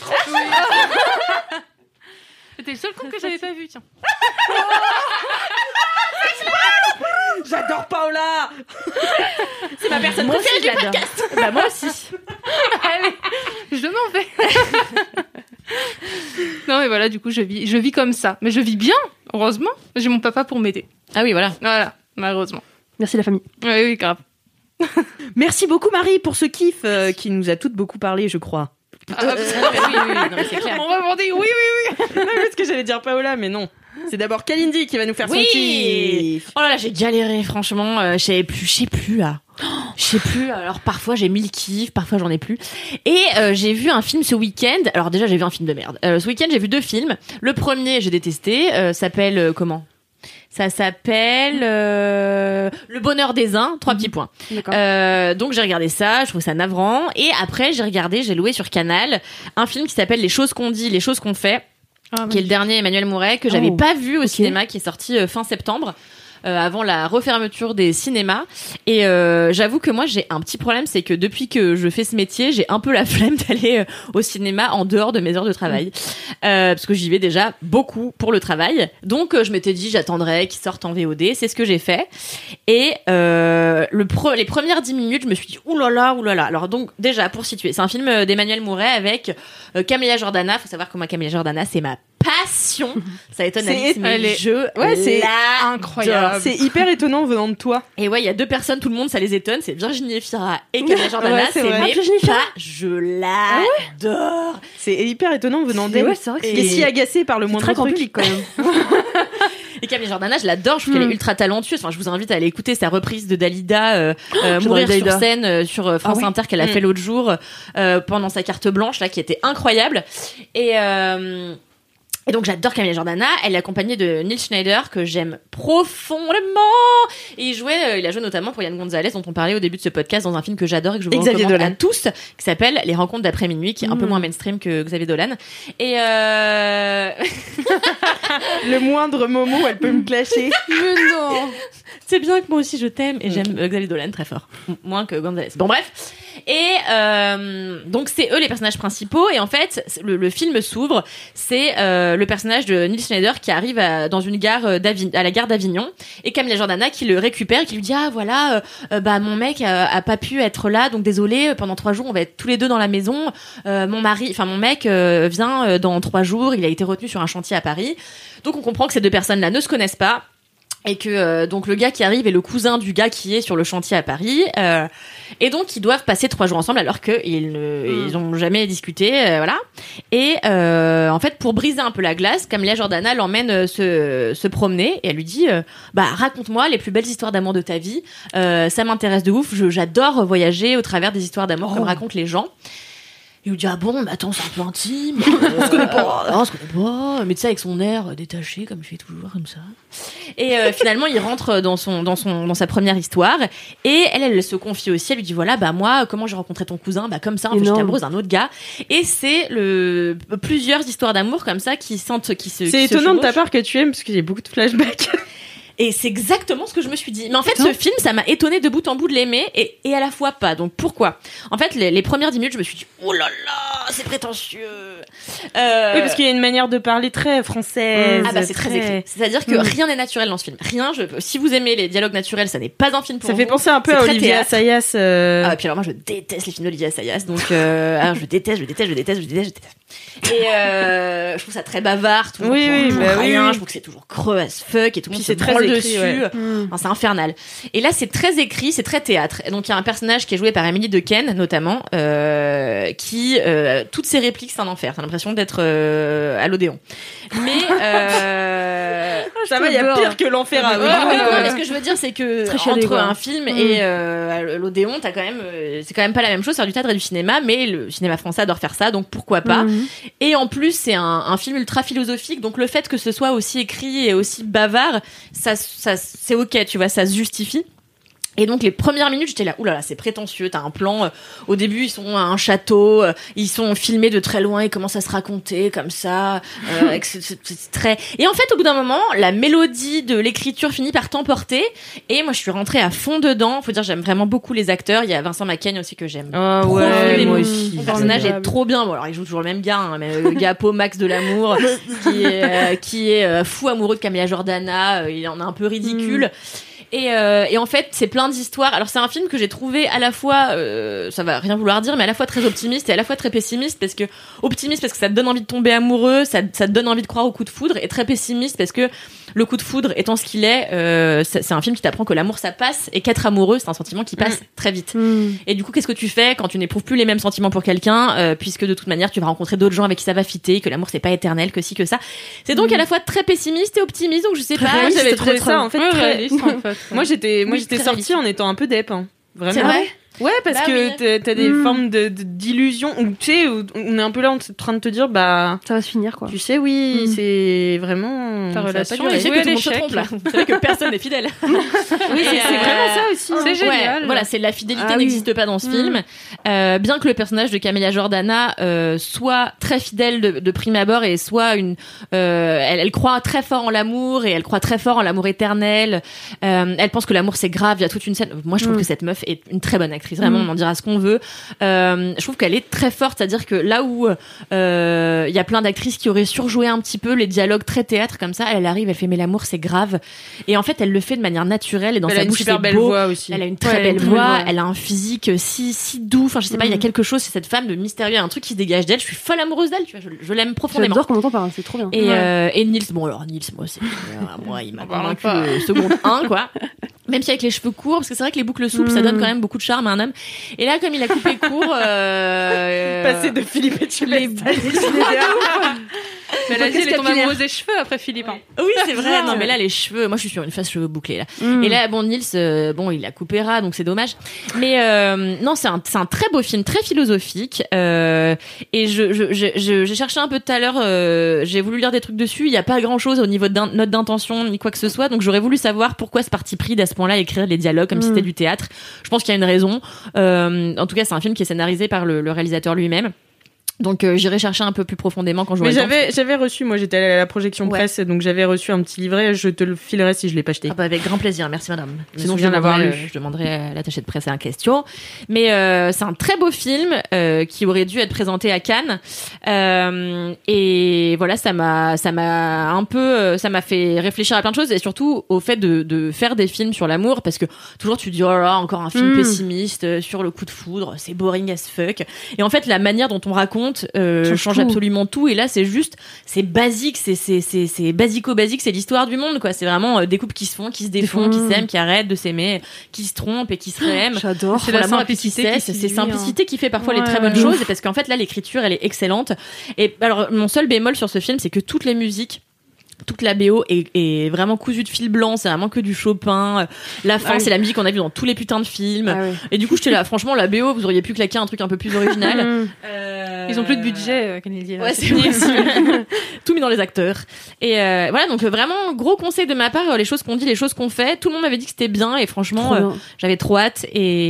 C'était le seul compte que j'avais pas vu, tiens. J'adore Paola. C'est ma personne préférée du podcast. Bah moi aussi. Allez, je m'en vais. Non mais voilà, du coup je vis, je vis comme ça, mais je vis bien, heureusement. J'ai mon papa pour m'aider. Ah oui, voilà. Voilà, malheureusement. Merci la famille. Oui, oui, grave. Merci beaucoup Marie pour ce kiff euh, qui nous a toutes beaucoup parlé, je crois. Ah, euh, oui, oui, oui, non, mais c'est clair. On rebondit, oui, oui, oui. Non, mais ce que j'allais dire Paola, mais non. C'est d'abord Kalindi qui va nous faire Oui. son kiff. Oh là là, j'ai galéré, franchement. Euh, je savais plus, je sais plus là. Je sais plus. Alors parfois j'ai mille kiffs, parfois j'en ai plus. Et euh, j'ai vu un film ce week-end. Alors déjà j'ai vu un film de merde. Euh, ce week-end j'ai vu deux films. Le premier j'ai détesté. Euh, s'appelle euh, comment ? Ça s'appelle euh, Le Bonheur des uns, trois mmh. petits points. Euh, donc j'ai regardé ça, je trouve ça navrant. Et après j'ai regardé, j'ai loué sur Canal un film qui s'appelle Les choses qu'on dit, les choses qu'on fait, ah, qui oui. est le dernier Emmanuel Mouret que j'avais oh. pas vu au okay. cinéma, qui est sorti euh, fin septembre. Euh, avant la refermeture des cinémas. Et euh, j'avoue que moi j'ai un petit problème, c'est que depuis que je fais ce métier, j'ai un peu la flemme d'aller euh, au cinéma en dehors de mes heures de travail, euh, parce que j'y vais déjà beaucoup pour le travail. Donc euh, je m'étais dit j'attendrai qu'ils sortent en V O D, c'est ce que j'ai fait. Et euh, le pro- les premières dix minutes, je me suis dit oulala, oulala. Alors donc déjà pour situer, c'est un film d'Emmanuel Mouret avec euh, Camélia Jordana. Faut savoir que moi Camélia Jordana c'est ma passion. Ça étonne Alice, mais les... je ouais, c'est incroyable. C'est hyper étonnant venant de toi. Et ouais, il y a deux personnes, tout le monde, ça les étonne. C'est Virginie Efira et Camélia Jordana. Ouais, c'est vrai. C'est pas, je l'adore. Ouais. C'est hyper étonnant venant d'elle. Ouais, c'est vrai que et si agacée par le moindre truc. Public, quand même. Et Camélia Jordana, je l'adore, je trouve mm. qu'elle est ultra talentueuse. Enfin, je vous invite à aller écouter sa reprise de Dalida, euh, euh, Mourir sur scène euh, sur euh, France ah, oui. Inter qu'elle a mm. fait l'autre jour euh, pendant sa carte blanche, là, qui était incroyable. Et euh, Et donc j'adore Camélia Jordana, elle est accompagnée de Neil Schneider que j'aime profondément. Et il jouait, euh, il a joué notamment pour Yann Gonzalez dont on parlait au début de ce podcast dans un film que j'adore et que je vous Xavier recommande Dolan. À tous, qui s'appelle Les Rencontres d'après minuit, qui est un mmh. peu moins mainstream que Xavier Dolan. Et euh... le moindre moment où elle peut me clasher. Mais non. C'est bien que moi aussi je t'aime et j'aime euh, Xavier Dolan très fort, moins que Gonzalez. Bon bref. Et euh, donc c'est eux les personnages principaux et en fait le, le film s'ouvre, c'est euh, le personnage de Neil Schneider qui arrive à, dans une gare d'Avi- à la gare d'Avignon et Camélia Jordana qui le récupère et qui lui dit ah voilà euh, bah mon mec a, a pas pu être là donc désolé pendant trois jours on va être tous les deux dans la maison euh, mon mari enfin mon mec euh, vient euh, dans trois jours il a été retenu sur un chantier à Paris donc on comprend que ces deux personnes là ne se connaissent pas. Et que euh, donc le gars qui arrive est le cousin du gars qui est sur le chantier à Paris, euh, et donc ils doivent passer trois jours ensemble alors qu'ils ne mmh. ils ont jamais discuté, euh, voilà. Et euh, en fait pour briser un peu la glace, Camélia Jordana l'emmène euh, se se promener et elle lui dit euh, bah raconte-moi les plus belles histoires d'amour de ta vie, euh, ça m'intéresse de ouf, je, j'adore voyager au travers des histoires d'amour oh. comme racontent les gens. Il lui dit ah bon mais attends c'est un peu intime euh, on se connaît pas non, on se connaît pas mais tu sais avec son air détaché comme il fait toujours comme ça et euh, finalement il rentre dans son dans son dans sa première histoire et elle elle se confie aussi elle lui dit voilà bah moi comment j'ai rencontré ton cousin bah comme ça en fait j'étais amoureuse d'un autre gars et c'est le plusieurs histoires d'amour comme ça qui sentent qui se c'est qui étonnant se de ta part que tu aimes parce qu'il y a beaucoup de flashbacks. Et c'est exactement ce que je me suis dit. Mais en fait, Attends. ce film, ça m'a étonnée de bout en bout de l'aimer et, et à la fois pas. Donc pourquoi ? En fait, les, les premières dix minutes, je me suis dit « Oh là là, c'est prétentieux !» euh... Oui, parce qu'il y a une manière de parler très française. Ah bah c'est très, très écrit. C'est-à-dire que mmh. rien n'est naturel dans ce film. Rien. Je... Si vous aimez les dialogues naturels, ça n'est pas un film pour ça vous. Ça fait penser un peu c'est à Olivia Assayas. Euh... Ah, et puis alors moi, je déteste les films d'Olivia Assayas. Donc euh... alors, je déteste, je déteste, je déteste, je déteste, je déteste. Et euh... je trouve ça très bavard. Toujours oui, oui, toujours bah rien. Oui. Je trouve que c'est toujours creux as fuck et tout le monde se c'est très branle écrit, dessus. Ouais. Enfin, c'est infernal. Et là, c'est très écrit, c'est très théâtre. Et donc, il y a un personnage qui est joué par Emily Dequesne, notamment, euh, qui, euh, toutes ses répliques, c'est un enfer. T'as l'impression d'être euh, à l'Odéon. Mais, euh, ça va, il y a pire que l'enfer à l'Odéon. Ouais, ouais, ouais. Ce que je veux dire, c'est que chaudé, entre quoi. un film mmh. et euh, l'Odéon, t'as quand même, euh, c'est quand même pas la même chose, faire du théâtre et du cinéma, mais le cinéma français adore faire ça, donc pourquoi pas. Mmh. Et en plus, c'est un, un film ultra philosophique, donc le fait que ce soit aussi écrit et aussi bavard, ça, ça, c'est ok, tu vois, ça se justifie. Et donc les premières minutes j'étais là oulala c'est prétentieux, t'as un plan euh, au début ils sont à un château, euh, ils sont filmés de très loin, ils commencent à se raconter comme ça euh, avec ce, ce, ce trait. Et en fait au bout d'un moment la mélodie de l'écriture finit par t'emporter et moi je suis rentrée à fond dedans. Faut dire j'aime vraiment beaucoup les acteurs, il y a Vincent Macaigne aussi que j'aime. Ah oh, ouais, moi aussi. Son personnage est trop bien. Bon alors il joue toujours le même gars hein, mais le gars Pau Max de l'amour qui est euh, qui est euh, fou amoureux de Camélia Jordana, euh, il en est un peu ridicule. Mm. Et, euh, et en fait, c'est plein d'histoires. Alors, c'est un film que j'ai trouvé à la fois, euh, ça va rien vouloir dire, mais à la fois très optimiste et à la fois très pessimiste, parce que optimiste parce que ça te donne envie de tomber amoureux, ça, ça te donne envie de croire au coup de foudre, et très pessimiste parce que le coup de foudre étant ce qu'il est, euh, c'est, c'est un film qui t'apprend que l'amour ça passe et qu'être amoureux c'est un sentiment qui passe mmh. très vite. Mmh. Et du coup, qu'est-ce que tu fais quand tu n'éprouves plus les mêmes sentiments pour quelqu'un, euh, puisque de toute manière tu vas rencontrer d'autres gens avec qui ça va fitter, que l'amour c'est pas éternel, que si que ça. C'est donc mmh. à la fois très pessimiste et optimiste, donc je sais pas. Réaliste, j'avais trouvé ça en fait ouais, très réaliste. En fait. Moi j'étais, moi oui, j'étais sortie en étant un peu dep, hein. Vraiment. C'est vrai. Ouais, parce bah, que oui. t'as, t'as des mmh. formes de, de, d'illusions où, tu sais, où on est un peu là en train de te dire, bah... Ça va se finir, quoi. Tu sais, oui, mmh. c'est vraiment... Ta relation, je sais que tout le monde se trompe, là. C'est vrai que personne n'est fidèle. Oui, c'est, c'est euh, vraiment ça aussi. C'est génial. Ouais, voilà, c'est la fidélité ah, n'existe oui. pas dans ce mmh. film. Euh, bien que le personnage de Camélia Jordana euh, soit très fidèle de, de prime abord et soit une... Euh, elle, elle croit très fort en l'amour et elle croit très fort en l'amour éternel. Euh, elle pense que l'amour, c'est grave. Il y a toute une scène... Moi, je trouve mmh. que cette meuf est une très bonne actrice. Vraiment, mmh. on en dira ce qu'on veut. Euh, je trouve qu'elle est très forte, c'est-à-dire que là où il euh, y a plein d'actrices qui auraient surjoué un petit peu les dialogues très théâtre comme ça, elle arrive, elle fait mais l'amour c'est grave, et en fait elle le fait de manière naturelle et dans elle sa a une bouche super c'est belle beau. Voix aussi. Elle a une très ouais, belle une très voix, belle voix, elle a un physique si si doux, enfin je sais pas, il mm. y a quelque chose chez cette femme de mystérieux, un truc qui se dégage d'elle. Je suis folle amoureuse d'elle, tu vois, je, je l'aime profondément. J'adore qu'on entend par, c'est trop bien. Et, ouais. euh, et Nils, bon alors Nils, moi c'est euh, moi il m'a convaincu euh, seconde un quoi. Même si avec les cheveux courts, parce que c'est vrai que les boucles souples, mm. ça donne quand même beaucoup de charme à un homme. Et là, comme il a coupé court, euh, passer de Philippe et les mais là, elle est tombée amoureuse des cheveux après Philippe. Hein. Oui, c'est vrai. Non, mais là, les cheveux, moi, je suis sur une face cheveux bouclés, là. Mm. Et là, bon, Nils, euh, bon, il a coupé ras, donc c'est dommage. Mais, euh, non, c'est un, c'est un très beau film, très philosophique, euh, et je, je, je, je, j'ai cherché un peu tout à l'heure, euh, j'ai voulu lire des trucs dessus, il y a pas grand chose au niveau de note d'intention, ni quoi que ce soit, donc j'aurais voulu savoir pourquoi ce parti pris d'à ce point-là écrire les dialogues comme mm. si c'était du théâtre. Je pense qu'il y a une raison. Euh, en tout cas, c'est un film qui est scénarisé par le, le réalisateur lui-même. Donc euh, j'irai chercher un peu plus profondément quand j'aurai Mais le j'avais temps. j'avais reçu, moi j'étais allée à la projection ouais. presse, donc j'avais reçu un petit livret, je te le filerai si je l'ai pas acheté. Ah bah avec grand plaisir, merci madame. Je Sinon je viens d'avoir demanderai, lu. je demanderai à l'attaché de presse en question. Mais euh, c'est un très beau film euh, qui aurait dû être présenté à Cannes. Euh, et voilà, ça m'a ça m'a un peu ça m'a fait réfléchir à plein de choses et surtout au fait de de faire des films sur l'amour, parce que toujours tu te dis oh là là, encore un film mmh. pessimiste sur le coup de foudre, c'est boring as fuck. Et en fait la manière dont on raconte euh, change tout. absolument tout, et là c'est juste c'est basique, c'est c'est c'est c'est basico basique, c'est l'histoire du monde quoi. C'est vraiment euh, des couples qui se font, qui se défont, mmh. qui s'aiment, qui arrêtent de s'aimer, qui se trompent et qui se réaiment. J'adore. C'est la simplicité qui c'est simplicité qui fait parfois ouais, les très bonnes ouais. choses, parce qu'en fait là l'écriture elle est excellente. Et alors mon seul bémol sur ce film, c'est que toutes les musiques, toute la B O est, est vraiment cousue de fil blanc, c'est vraiment que du Chopin. La fin, ah oui. c'est la musique qu'on a vue dans tous les putins de films. Ah oui. Et du coup, j'étais là, franchement, la B O, vous auriez pu claquer un truc un peu plus original. euh... Ils ont plus de budget, Kennedy. Ouais, c'est vrai. Tout mis dans les acteurs. Et euh, voilà, donc vraiment, gros conseil de ma part, les choses qu'on dit, les choses qu'on fait. Tout le monde m'avait dit que c'était bien, et franchement, euh, j'avais trop hâte.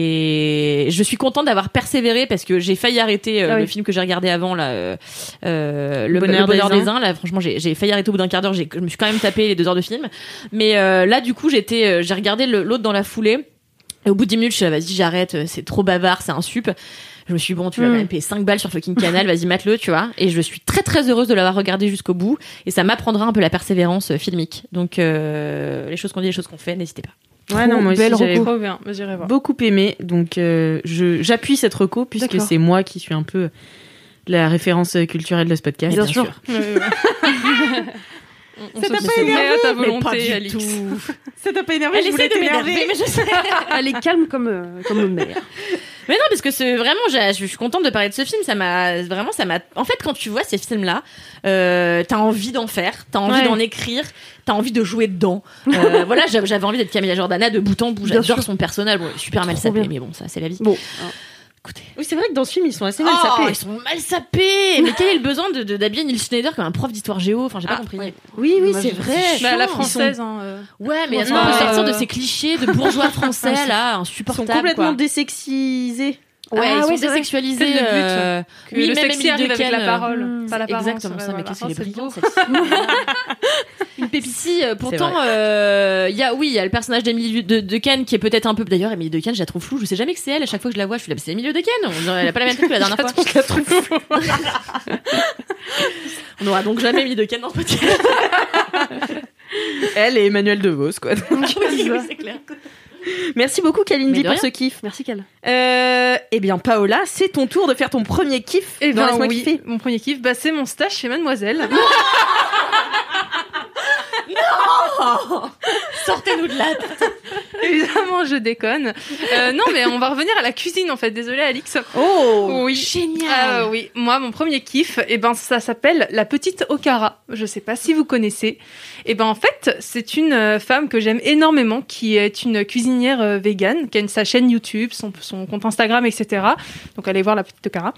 Et je suis contente d'avoir persévéré, parce que j'ai failli arrêter euh, ah oui. le film que j'ai regardé avant, là, euh, euh, Le Bonheur, le bonheur des, des uns. Là, franchement, j'ai, j'ai failli arrêter au bout d'un quart d'heure. J'ai, je me suis quand même tapé les deux heures de film, mais euh, là du coup j'étais, euh, j'ai regardé le, l'autre dans la foulée, et au bout de dix minutes je suis là, vas-y j'arrête, c'est trop bavard, c'est un sup. Je me suis dit, bon, tu vas mmh. quand même payer cinq balles sur fucking Canal, vas-y mate-le, tu vois. Et je suis très très heureuse de l'avoir regardé jusqu'au bout, et ça m'apprendra un peu la persévérance euh, filmique. Donc euh, les choses qu'on dit, les choses qu'on fait, n'hésitez pas. Ouais, non, moi aussi, j'avais trop bien. J'irai voir. Beaucoup aimé, donc euh, je, j'appuie cette reco, puisque D'accord. c'est moi qui suis un peu la référence culturelle de ce podcast. Bien, bien sûr. sûr. Ouais, ouais. On ça t'a pas énervé à ta volonté, Alix. Tout. Ça t'a pas énervé? Elle essaie de m'énerver, mais je sais. Elle est calme comme euh, comme une mère. Mais non, parce que c'est vraiment, je suis contente de parler de ce film. Ça m'a vraiment, ça m'a. En fait, quand tu vois ces films-là, euh, t'as envie d'en faire, t'as envie ouais. d'en écrire, t'as envie de jouer dedans. Euh, voilà, j'avais envie d'être Camélia Jordana de bout en bout. J'adore sûr. son personnage. Bon, super mal sapé, mais bon, ça, c'est la vie. Bon. Écoutez. Oui, c'est vrai que dans ce film, ils sont assez mal oh, sapés. Ils sont mal sapés. Mais quel est le besoin de, de, d'habiller Nils Schneider comme un prof d'histoire géo? Enfin, j'ai ah, pas compris. Ouais. Oui, oui, moi, c'est vrai. Bah, la française, sont... hein. Euh... Ouais, mais est-ce qu'on peut sortir de ces clichés de bourgeois français, là, insupportables? Ils sont complètement quoi. désexisés. Ouais, ah, ils sont ouais, désexualisés. C'est le but. Euh... Que oui, le sexy arrive avec la parole, mmh, pas la parole. Exactement ça, mais qu'est-ce qu'elle est brillante, cette une pépite. Si, euh, pourtant, il euh, y a, oui, il y a le personnage d'Emily de, de Ken qui est peut-être un peu. D'ailleurs, Emily de Ken, je la trouve floue. Je sais jamais que c'est elle. À chaque fois que je la vois, je suis là, c'est Emily de Ken. On dirait, elle a pas la même tête que la dernière fois. Je la trouve floue. On n'aura donc jamais Emily de Ken dans ce podcast. Elle et Emmanuel DeVos, quoi. Donc, oui, oui, c'est clair. Merci beaucoup Kalindi pour rien. ce kiff. Merci Cal. Euh, eh bien Paola, c'est ton tour de faire ton premier kiff. Et dans ben Laisse-moi oui, kiffer. mon premier kiff, bah, c'est mon stage chez Mademoiselle. Non Sortez-nous de là. Évidemment, je déconne. Euh, non, mais on va revenir à la cuisine, en fait. Désolée, Alix. Oh, oui. Génial. Euh, oui, moi, mon premier kiff, eh ben, ça s'appelle La Petite Okara. Je sais pas si vous connaissez. Et ben, en fait, c'est une euh, femme que j'aime énormément, qui est une cuisinière euh, végane, qui a une, sa chaîne YouTube, son, son compte Instagram, et cetera. Donc, allez voir La Petite Okara.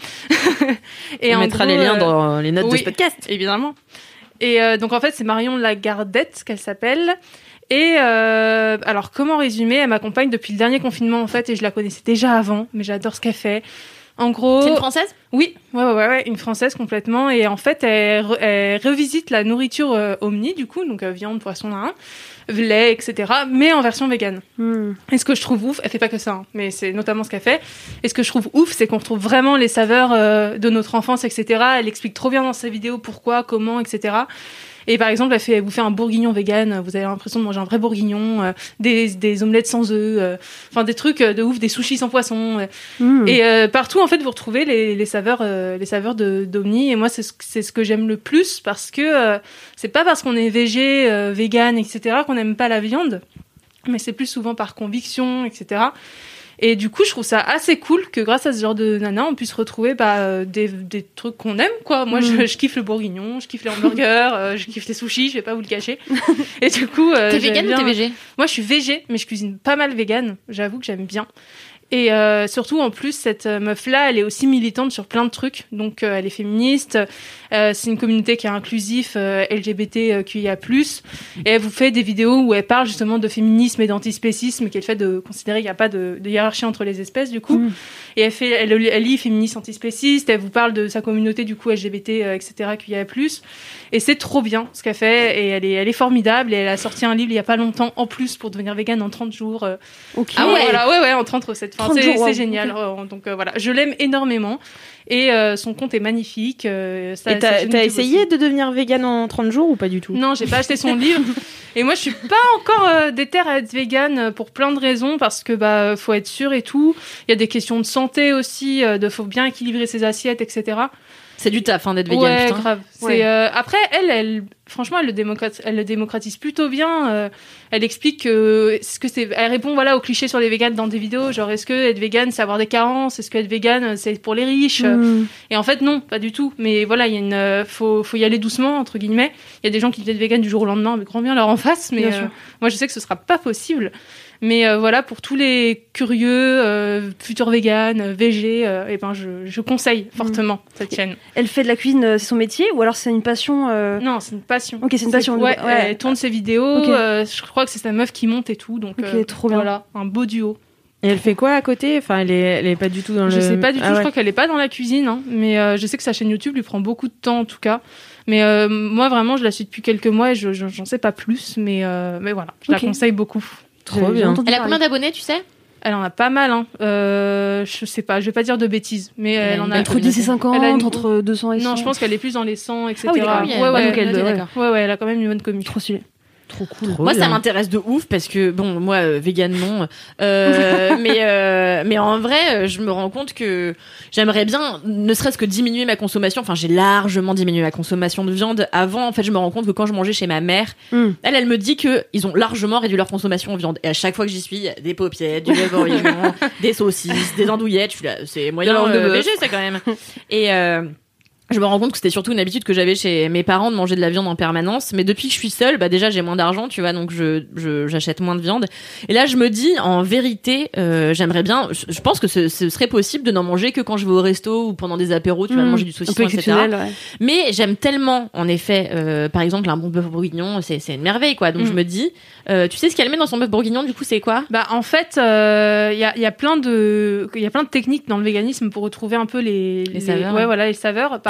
Et on mettra gros, les liens euh, dans les notes oui, de ce podcast. Évidemment. Et euh, donc, en fait, c'est Marion Lagardette qu'elle s'appelle. Et euh, alors, comment résumer ? Elle m'accompagne depuis le dernier confinement, en fait, et je la connaissais déjà avant, mais j'adore ce qu'elle fait. En gros... C'est une Française ? Oui, ouais, ouais, ouais, une Française complètement. Et en fait, elle, re- elle revisite la nourriture euh, Omni, du coup, donc euh, viande, poisson, hein, lait, et cetera, mais en version végane. Mm. Et ce que je trouve ouf, elle fait pas que ça, hein, mais c'est notamment ce qu'elle fait. Et ce que je trouve ouf, c'est qu'on retrouve vraiment les saveurs euh, de notre enfance, et cetera. Elle explique trop bien dans sa vidéo pourquoi, comment, et cetera. Et par exemple, elle, fait, elle vous fait un bourguignon vegan, vous avez l'impression de manger un vrai bourguignon, euh, des, des omelettes sans œufs, euh, enfin des trucs de ouf, des sushis sans poisson. Euh. Mm. Et euh, partout, en fait, vous retrouvez les, les saveurs, euh, les saveurs de, d'Omni. Et moi, c'est ce, c'est ce que j'aime le plus parce que euh, c'est pas parce qu'on est végé, euh, vegan, et cetera qu'on n'aime pas la viande, mais c'est plus souvent par conviction, et cetera. Et du coup, je trouve ça assez cool que grâce à ce genre de nana, on puisse retrouver bah, des, des trucs qu'on aime, quoi. Moi, Mm. je, je kiffe le bourguignon, je kiffe les hamburgers, euh, je kiffe les sushis, je vais pas vous le cacher. Et du coup... Euh, T'es j'aime végane ou bien- t'es végé ? Moi, je suis végé, mais je cuisine pas mal végane. J'avoue que j'aime bien. Et euh, surtout, en plus, cette meuf-là, elle est aussi militante sur plein de trucs. Donc, euh, elle est féministe. Euh, c'est une communauté qui est inclusif, euh, L G B T Q I A plus. Et elle vous fait des vidéos où elle parle justement de féminisme et d'antispécisme, qui est le fait de considérer qu'il n'y a pas de, de hiérarchie entre les espèces, du coup. Mm. Et elle, fait, elle, elle lit féministe antispéciste. Elle vous parle de sa communauté, du coup, L G B T, euh, et cetera, Q I A plus. Et c'est trop bien ce qu'elle fait. Et elle est, elle est formidable. Et elle a sorti un livre il n'y a pas longtemps, en plus, pour devenir végane en trente jours. euh, Ok. ah ouais, voilà, ouais, ouais, en trente recettes. Enfin, trente c'est, jours, c'est wow. génial. Ok. Euh, Donc euh, voilà, je l'aime énormément. Et euh, son compte est magnifique. Euh, sa- Et sa t'as, chaîne t'as YouTube essayé aussi. de devenir vegan en trente jours ou pas du tout ? Non, j'ai pas acheté son livre. Et moi, je suis pas encore euh, déterre à être végane pour plein de raisons, parce que bah faut être sûr et tout. Il y a des questions de santé aussi, euh, de faut bien équilibrer ses assiettes, et cetera. C'est du taf hein, d'être vegan, Ouais, putain. grave. Ouais. C'est, euh, après, elle, elle, franchement, elle le démocratise, elle le démocratise plutôt bien. euh, elle explique que, ce que c'est, elle répond voilà aux clichés sur les véganes dans des vidéos, genre est-ce que être végane c'est avoir des carences, est-ce que être végane c'est pour les riches. Mm. Et en fait non, pas du tout. Mais voilà, il y a une, euh, faut, faut y aller doucement entre guillemets. Il y a des gens qui deviennent véganes du jour au lendemain, avec grand bien leur en face. Mais Bien euh, sûr. moi je sais que ce sera pas possible. Mais euh, voilà, pour tous les curieux, euh, futurs véganes, euh, végés, euh, eh ben je, je conseille fortement cette chaîne. Elle fait de la cuisine, euh, c'est son métier ou alors c'est une passion euh, Non, c'est une passion. Ok, c'est une passion. Ouais, Ouais. elle tourne ses vidéos. Ok. euh, je crois que c'est sa meuf qui monte et tout. Donc, Ok, euh, trop bien. Voilà, un beau duo. Et elle fait quoi à côté ? Enfin, elle est, elle est pas du tout dans le. Je sais pas du tout, Ah je ouais. crois qu'elle est pas dans la cuisine, hein, mais euh, je sais que sa chaîne YouTube lui prend beaucoup de temps en tout cas. Mais euh, moi vraiment, je la suis depuis quelques mois et je, je- j'en sais pas plus, mais, euh, mais voilà, je Ok. la conseille beaucoup. Trop J'ai- j'ai bien. entendu Elle a parler. combien d'abonnés, tu sais ? Elle en a pas mal, hein. Euh, je sais pas, je vais pas dire de bêtises, mais Elle a elle, une en a. belle Entre dix et cinquante, Elle a une- entre deux cents et cent. Non, je pense qu'elle est plus dans les cent, et cetera. Ah oui, d'accord, oui, ouais, elle- ouais, bah, donc elle- ok, ouais. d'accord. ouais, ouais, elle a quand même une bonne commu. Trop stylé. Trop cool. Trop Moi, ça bien. m'intéresse de ouf parce que, bon, moi, euh, vegan, non. Euh, mais, euh, mais en vrai, euh, je me rends compte que j'aimerais bien, ne serait-ce que diminuer ma consommation. Enfin, j'ai largement diminué ma consommation de viande. Avant, en fait, je me rends compte que quand je mangeais chez ma mère, Mm. elle, elle me dit que ils ont largement réduit leur consommation de viande. Et à chaque fois que j'y suis, il y a des paupiètes, du lait bourguignon, des saucisses, des andouillettes. Je suis là, c'est moyen langue de euh, bœuf. végé, ça, quand même. Et, euh, je me rends compte que c'était surtout une habitude que j'avais chez mes parents de manger de la viande en permanence. Mais depuis que je suis seule, bah déjà j'ai moins d'argent, tu vois, donc je, je j'achète moins de viande. Et là je me dis, en vérité, euh, j'aimerais bien. Je, je pense que ce, ce serait possible de n'en manger que quand je vais au resto ou pendant des apéros, tu vas Mm. manger du Un saucisson, peu et cetera. exceptionnel, ouais. Mais j'aime tellement, en effet, euh, par exemple un bon bœuf bourguignon, c'est c'est une merveille, quoi. Donc Mm. je me dis, euh, tu sais ce qu'elle met dans son bœuf bourguignon, du coup c'est quoi? Bah en fait, il euh, y, a, y a plein de il y a plein de techniques dans le véganisme pour retrouver un peu les, Les saveurs. Ouais, voilà, les saveurs. Par Qui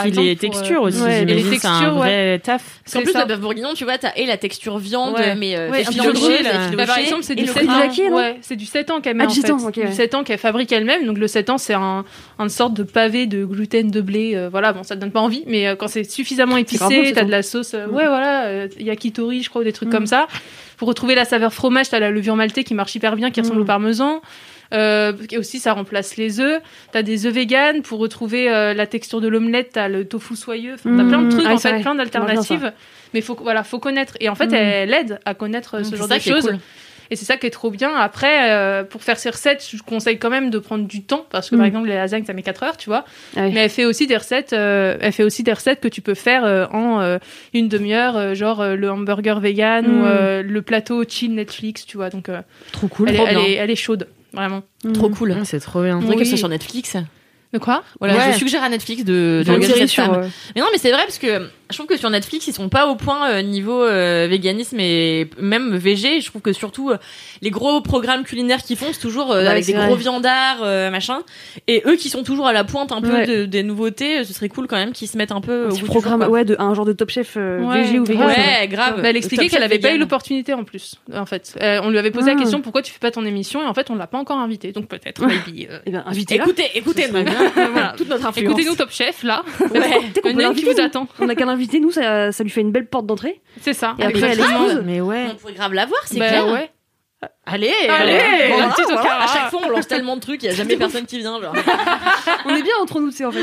puis les exemple, pour, textures euh, aussi. ouais, j'imagine, les c'est textures, un vrai ouais. taf. Parce qu'en plus, le bœuf bourguignon, tu vois, t'as et la texture viande, Ouais. mais euh, Ouais, effilochée, effilochée, là. Bah, par exemple, c'est Et du le sept ans. laqué, non Ouais, c'est du sept ans qu'elle met Ah, en du fait. sept ans, ok, ouais. Du sept ans qu'elle fabrique elle-même. Donc le sept ans, c'est un, une sorte de pavé de gluten, de blé. euh, voilà, bon, ça te donne pas envie, mais euh, quand c'est suffisamment grave bon, épicé, sept t'as ans. de la sauce. euh, Ouais, voilà, euh, yakitori, je crois, ou des trucs Mm. comme ça. Pour retrouver la saveur fromage, t'as la levure maltais qui marche hyper bien, qui ressemble Mm. au parmesan. Euh, et aussi, ça remplace les œufs. T'as des œufs véganes pour retrouver euh, la texture de l'omelette. T'as le tofu soyeux. Enfin, t'as Mm. plein de trucs Ah, en c'est fait, vrai. plein Ça marche bien, d'alternatives. Mais faut voilà, faut connaître. Et en fait, Mm. elle aide à connaître euh, ce C'est genre ça de qui est choses. cool. Et c'est ça qui est trop bien. Après, euh, pour faire ces recettes, je conseille quand même de prendre du temps parce que par Mm. exemple les lasagnes ça met quatre heures, tu vois. Ah oui. Mais elle fait aussi des recettes. euh, elle fait aussi des recettes que tu peux faire euh, en euh, une demi-heure, euh, genre euh, le hamburger vegan Mm. ou euh, le plateau chill Netflix, tu vois. Donc euh, Trop cool. elle, est, Trop elle, bien. est, elle est chaude, vraiment. Trop cool. Ouais, c'est trop bien. On dirait Oui. que ce soit sur Netflix. De quoi? Voilà, Ouais. je suggère à Netflix de, de Une regarder série cette sur, femme. euh, Mais non, mais c'est vrai parce que je trouve que sur Netflix, ils sont pas au point euh, niveau euh, véganisme et même végé. Je trouve que surtout euh, les gros programmes culinaires qu'ils font, c'est toujours euh, Ouais, avec c'est des vrai. gros viandards, euh, machin. Et eux qui sont toujours à la pointe un peu Ouais. de, des nouveautés, ce serait cool quand même qu'ils se mettent un peu un au petit bout du programme, jour, quoi. ouais, de un genre de Top Chef euh, Ouais, végé ou vegan. Ouais, grave. Bah, elle expliquait Top qu'elle Chef avait pas eu vegan. l'opportunité en plus. En fait, Euh, on lui avait posé Ah. la question pourquoi tu fais pas ton émission et en fait on l'a pas encore invité. Donc peut-être. Maybe. euh, Eh bien, invitez-la. Écoutez, écoutez, serait bien. Voilà. toute notre influence. Écoutez-nous Top Chef là. Ouais. Peut-être qu'on Un peut homme qui l'inviter, vous nous. attend. On a qu'à l'inviter, nous, ça, ça lui fait une belle porte d'entrée. C'est ça. Et après, elle Exactement. explose. Mais ouais. On pourrait grave la voir, c'est Bah, clair. ouais. Allez, Allez, euh, la voilà, petite voilà. Okara. À chaque fois, on lance tellement de trucs, il y a jamais personne qui vient. Genre. On est bien entre nous, tu sais, en fait.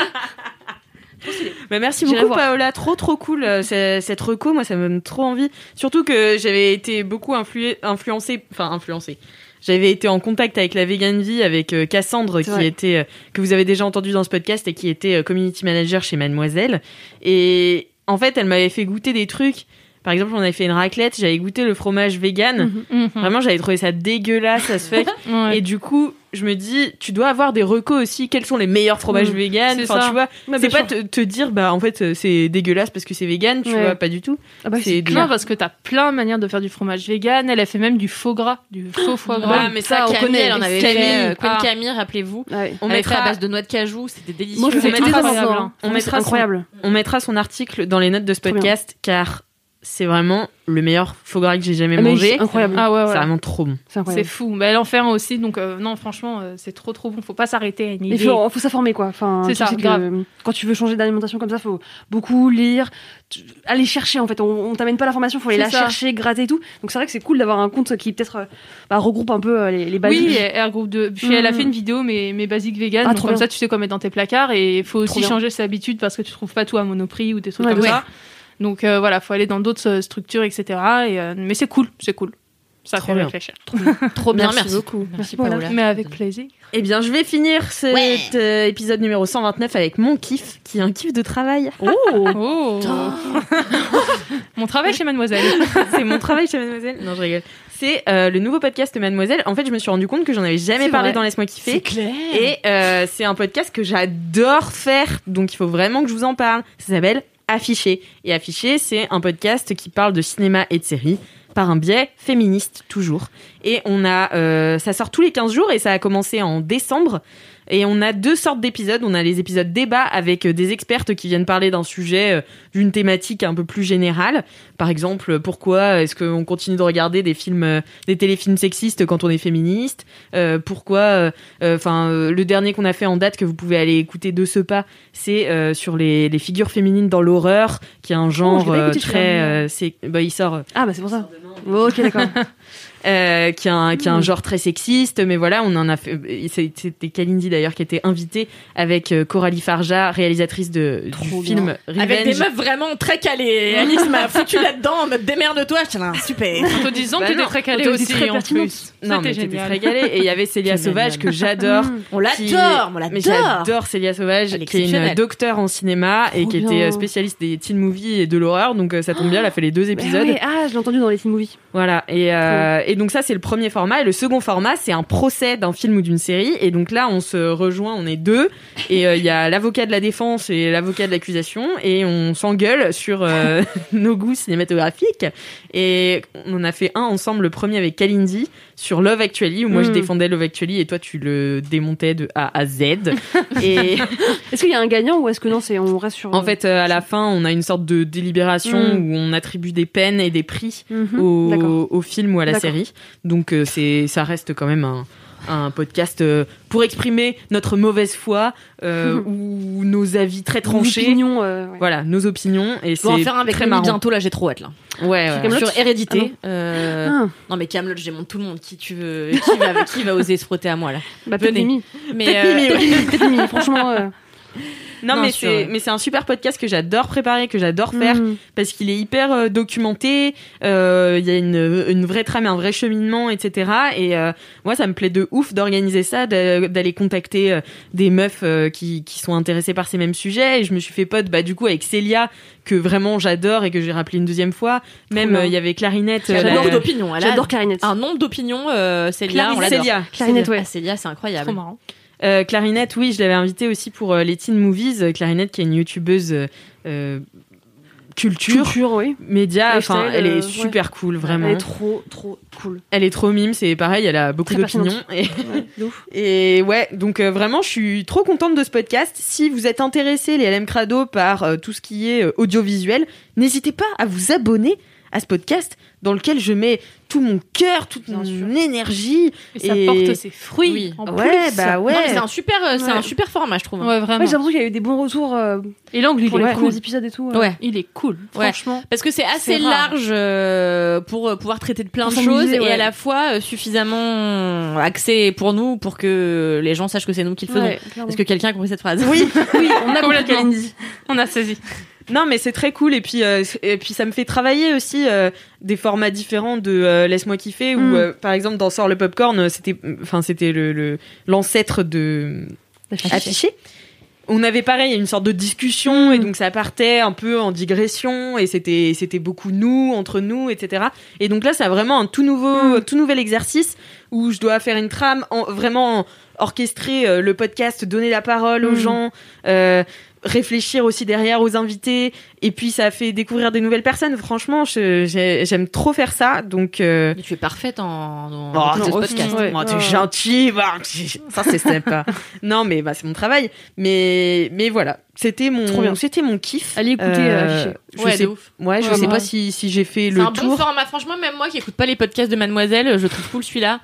Bah, merci J'irai beaucoup voir. Paola, trop trop cool euh, c'est- cette reco, moi ça me donne trop envie. Surtout que j'avais été beaucoup influé, influencée, enfin influencée. J'avais été en contact avec la Vegan Vie, avec euh, Cassandre C'est qui vrai. était euh, que vous avez déjà entendu dans ce podcast et qui était euh, community manager chez Mademoiselle. Et en fait, elle m'avait fait goûter des trucs. Par exemple, on avait fait une raclette, j'avais goûté le fromage vegan. Mhm. Vraiment, j'avais trouvé ça dégueulasse, ça se fait. Ouais. Et du coup, je me dis, tu dois avoir des recos aussi. Quels sont les meilleurs fromages Mm. vegan? C'est Enfin, ça. tu vois, Ouais, c'est bien pas te, te dire, bah, en fait, c'est dégueulasse parce que c'est vegan, tu Ouais. vois, pas du tout. Ah bah, C'est c'est de- Non, parce que t'as plein de manières de faire du fromage vegan. Elle a fait même du faux gras, du faux foie Ah, gras. mais ça, ça, on Camille, connaît. elle en avait Camille. fait. euh, Queen Ah. Camille, rappelez-vous. Ouais. On On mettra à mettra, base de noix de cajou, c'était délicieux. Moi, je fais c'est tous les ans incroyable, maintenant. hein. on C'est mettra son- incroyable. on mettra son article dans les notes de ce Trop bien. podcast car c'est vraiment le meilleur faux gras que j'ai jamais Ah, mais mangé. c'est incroyable. Ah ouais, C'est ouais. vraiment trop bon. C'est C'est incroyable. fou. Mais elle en fait un aussi, donc euh, non, franchement, euh, c'est trop trop bon. Faut pas s'arrêter à une Il idée. faut, faut s'informer, quoi. Enfin, C'est tu ça, sais que, grave. euh, quand tu veux changer d'alimentation comme ça, faut beaucoup lire, tu- aller chercher, en fait. On, on t'amène pas l'information, faut aller C'est la ça. chercher, gratter et tout. Donc c'est vrai que c'est cool d'avoir un compte qui peut-être euh, bah, regroupe un peu euh, les, les bases. Oui, elle, elle regroupe de. Puis elle a Mm. fait une vidéo, mes, mes basiques vegan. Ah, donc trop comme bien. ça, tu sais quoi mettre dans tes placards. Et il faut Trop aussi bien. changer ses habitudes parce que tu trouves pas tout à Monoprix ou des trucs Ouais, comme ouais. ça. Donc euh, voilà, faut aller dans d'autres euh, structures, et cetera. Et, euh, mais c'est cool, c'est cool. Ça Trop fait bien. réfléchir. Trop bien, Merci merci. beaucoup. Merci, Paola. Paola. Mais avec plaisir. Eh bien, je vais finir cet Ouais. euh, épisode numéro cent vingt-neuf avec mon kiff, qui est un kiff de travail. Oh, oh. Mon travail chez Mademoiselle. C'est mon travail chez Mademoiselle. Non, je rigole. C'est euh, le nouveau podcast de Mademoiselle. En fait, je me suis rendu compte que j'en avais jamais C'est parlé vrai. dans Laisse-moi kiffer. clair. Et euh, c'est un podcast que j'adore faire, donc il faut vraiment que je vous en parle. Ça s'appelle Affiché. Et Affiché, c'est un podcast qui parle de cinéma et de séries par un biais féministe, toujours. Et on a, euh, ça sort tous les quinze jours et ça a commencé en décembre. Et on a deux sortes d'épisodes. On a les épisodes débat avec euh, des expertes qui viennent parler d'un sujet, euh, d'une thématique un peu plus générale. Par exemple, pourquoi est-ce qu'on continue de regarder des films, euh, des téléfilms sexistes quand on est féministe? euh, Pourquoi, enfin, euh, euh, le dernier qu'on a fait en date que vous pouvez aller écouter de ce pas, c'est euh, sur les, les figures féminines dans l'horreur, qui est un genre je l'ai pas euh, écouté, très, celui-là. euh, c'est, bah, il sort. euh, Ah, bah c'est pour ça. Ok, d'accord. euh, qui a un, qui a un genre très sexiste, mais voilà, on en a fait. C'était Kalindi d'ailleurs qui était invitée avec euh, Coralie Farja, réalisatrice de, du Trop film bien. Revenge. Avec des meufs vraiment très calées. Alice m'a foutu là-dedans en mode démerde-toi. J'étais là, super. En te disant Bah que t'étais non, très calée t'étais aussi, très en pertinente. plus. Non, mais C'était t'étais génial. très galée. Et il y avait Célia C'est Sauvage génial. que j'adore. On qui- l'adore, on Mais l'adore. j'adore Célia Sauvage, Elle est qui est une exceptionnelle. docteure en cinéma et Trop qui bien. était spécialiste des teen movies et de l'horreur. Donc euh, ça tombe bien, elle a fait les deux Mais épisodes. ouais, ah, je l'ai entendu dans les teen movies. Voilà. Et, euh, et donc ça, c'est le premier format. Et le second format, c'est un procès d'un film ou d'une série. Et donc là, on se rejoint, on est deux. Et il euh, y a l'avocat de la défense et l'avocat de l'accusation. Et on s'engueule sur euh, nos goûts cinématographiques. Et on en a fait un ensemble, le premier avec Kalindi, sur Love Actually, où moi, mmh. je défendais Love Actually et toi, tu le démontais de A à Z. Et... Est-ce qu'il y a un gagnant ou est-ce que non, c'est, on reste sur... En fait, euh, à la fin, on a une sorte de délibération mmh. où on attribue des peines et des prix mmh. au, au film ou à la D'accord. série. Donc, euh, c'est, ça reste quand même un, un podcast euh, pour exprimer notre mauvaise foi euh, mmh. ou nos avis très tranchés. Nos opinions. Euh, ouais. Voilà, nos opinions. Et c'est on va en faire un avec très Rémi marrant. Bientôt, là, j'ai trop hâte, là. Ouais, ouais. Sur Hérédité. Ah non. Euh... Ah. non, mais Kaamelott, je démonte tout le monde. Qui tu veux, qui va, qui va oser se frotter à moi, là? Bah, peut-être Mimi. Mais, peut-être euh... Mimi, oui. peut-être Mimi, franchement. Euh... Non, non mais c'est vrai. mais c'est un super podcast que j'adore préparer, que j'adore faire mmh. parce qu'il est hyper euh, documenté. Il euh, y a une une vraie trame, un vrai cheminement, et cetera. Et euh, moi, ça me plaît de ouf d'organiser ça, de, d'aller contacter euh, des meufs euh, qui qui sont intéressées par ces mêmes sujets. Et je me suis fait pote, bah du coup avec Célia que vraiment j'adore et que j'ai rappelé une deuxième fois. Même il euh, y avait Clarinette. J'adore la... d'opinions. Elle J'adore Clarinette. Un nombre d'opinions. Euh, Célia, on l'adore. Célia. Clarinette, ouais. Ah, Célia, c'est incroyable. Trop marrant. Euh, Clarinette, oui, je l'avais invitée aussi pour euh, les Teen Movies. Clarinette, qui est une youtubeuse euh, culture, culture oui. média. Enfin, elle est euh, super ouais. cool, vraiment. Elle est trop, trop cool. Elle est trop mime, c'est pareil. Elle a beaucoup Très d'opinions. Et... Ouais, et ouais, donc euh, vraiment, je suis trop contente de ce podcast. Si vous êtes intéressés, les L M Crado, par euh, tout ce qui est euh, audiovisuel, n'hésitez pas à vous abonner à ce podcast dans lequel je mets tout mon cœur, toute Bien mon sûr. énergie. Et ça et... porte ses fruits. Oui. En ouais, plus. bah ouais. Non, c'est un super, ouais. c'est un super format, je trouve. Ouais, vraiment. Ouais, j'ai l'impression qu'il y a eu des bons retours. Euh, et l'angle, pour il les est premiers cool. épisodes et tout. Ouais. ouais. Il est cool. Ouais. Franchement. Parce que c'est assez c'est large euh, pour euh, pouvoir traiter de plein pour de choses ouais. et à la fois euh, suffisamment axé pour nous pour que les gens sachent que c'est nous qui le faisons. Ouais, Est-ce que quelqu'un a compris cette phrase? Oui, oui, on a compris Kalindi. On a saisi. Non, mais c'est très cool et puis euh, et puis ça me fait travailler aussi euh, des formats différents de euh, Laisse-moi kiffer où mm. euh, par exemple dans Sort le popcorn c'était enfin c'était le, le l'ancêtre de Affiché. Affiché. On avait pareil une sorte de discussion mm. et donc ça partait un peu en digression et c'était c'était beaucoup nous entre nous et cetera. Et donc là c'est vraiment un tout nouveau mm. tout nouvel exercice où je dois faire une trame en, vraiment orchestrer euh, le podcast, donner la parole aux mm. gens. Euh, réfléchir aussi derrière aux invités et puis ça fait découvrir des nouvelles personnes. Franchement, je, j'ai, j'aime trop faire ça. Donc euh... mais tu es parfaite en, en, oh, en podcast. Ouais. Oh, tu es gentil, bah, ça c'est sympa. Non mais bah c'est mon travail. Mais mais voilà, c'était mon c'était mon kiff. Allez écouter. Euh, euh, ouais, sais, de ouf. Ouais, je ouais, sais ouais. pas si si j'ai fait c'est le un tour. Bon format. Franchement, même moi qui écoute pas les podcasts de Mademoiselle, je trouve cool celui-là.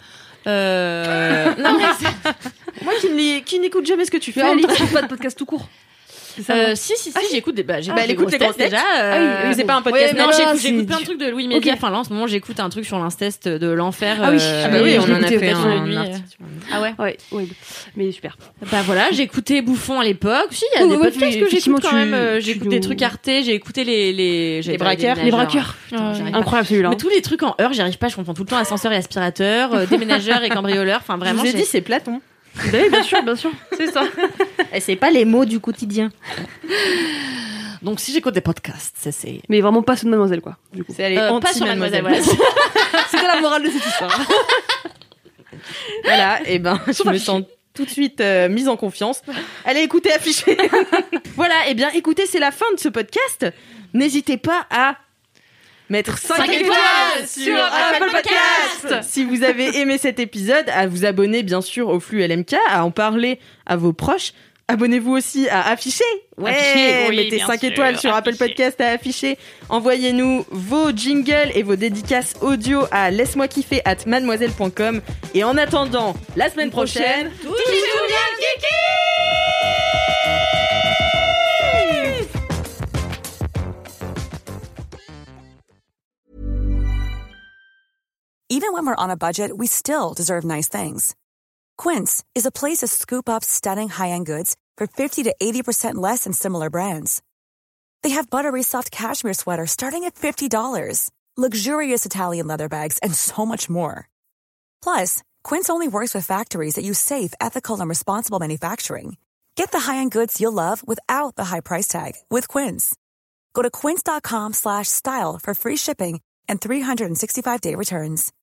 Euh... non mais c'est... moi qui, ne, qui n'écoute jamais ce que tu fais. Ali, tu pas de podcast tout court. Ça, euh, si si si ah, j'écoute des bah, bah, elle écoute les grosses têtes déjà euh... ah oui, c'est pas un podcast ouais, non, non, j'écoute, c'est... j'écoute plein de trucs de Louis Média okay. enfin là en ce moment j'écoute un truc sur l'inceste de l'enfer ah oui, euh... ah bah oui, oui on en a fait un, un article ah ouais ouais ouais mais super bah voilà j'ai écouté Bouffon à l'époque si il y a oh, des ouais, podcasts que j'écoute quand même euh, j'ai écouté des trucs Arte j'ai écouté les les les braqueurs les braqueurs incroyable celui-là mais tous les trucs en heure j'y arrive pas je confonds tout le temps ascenseur et aspirateur déménageur et cambrioleur enfin vraiment je vous ai dit c'est Platon. Oui, bien sûr, bien sûr. C'est ça. Et c'est pas les mots du quotidien. Donc si j'écoute des podcasts, c'est, c'est... Mais vraiment pas sur Mademoiselle, quoi. Du coup. C'est aller euh, pas sur Mademoiselle. Voilà. C'était la morale de cette histoire. Voilà, et ben je me sens tout de suite euh, mise en confiance. Allez, écoutez, afficher. Voilà, et bien écoutez, c'est la fin de ce podcast. N'hésitez pas à mettre cinq étoiles sur Apple Podcast. Si vous avez aimé cet épisode, à vous abonner bien sûr au flux L M K, à en parler à vos proches. Abonnez-vous aussi à Afficher. Ouais, Afficher, oui, mettez cinq sûr, étoiles sur Apple Podcast à Afficher. Envoyez-nous vos jingles et vos dédicaces audio à laisse-moi kiffer at mademoiselle point com. Et en attendant, la semaine prochaine, tout toujours bien kiki! Even when we're on a budget, we still deserve nice things. Quince is a place to scoop up stunning high-end goods for fifty to eighty percent less than similar brands. They have buttery soft cashmere sweaters starting at fifty dollars, luxurious Italian leather bags, and so much more. Plus, Quince only works with factories that use safe, ethical, and responsible manufacturing. Get the high-end goods you'll love without the high price tag with Quince. Go to quince.com slash style for free shipping and three sixty-five day returns.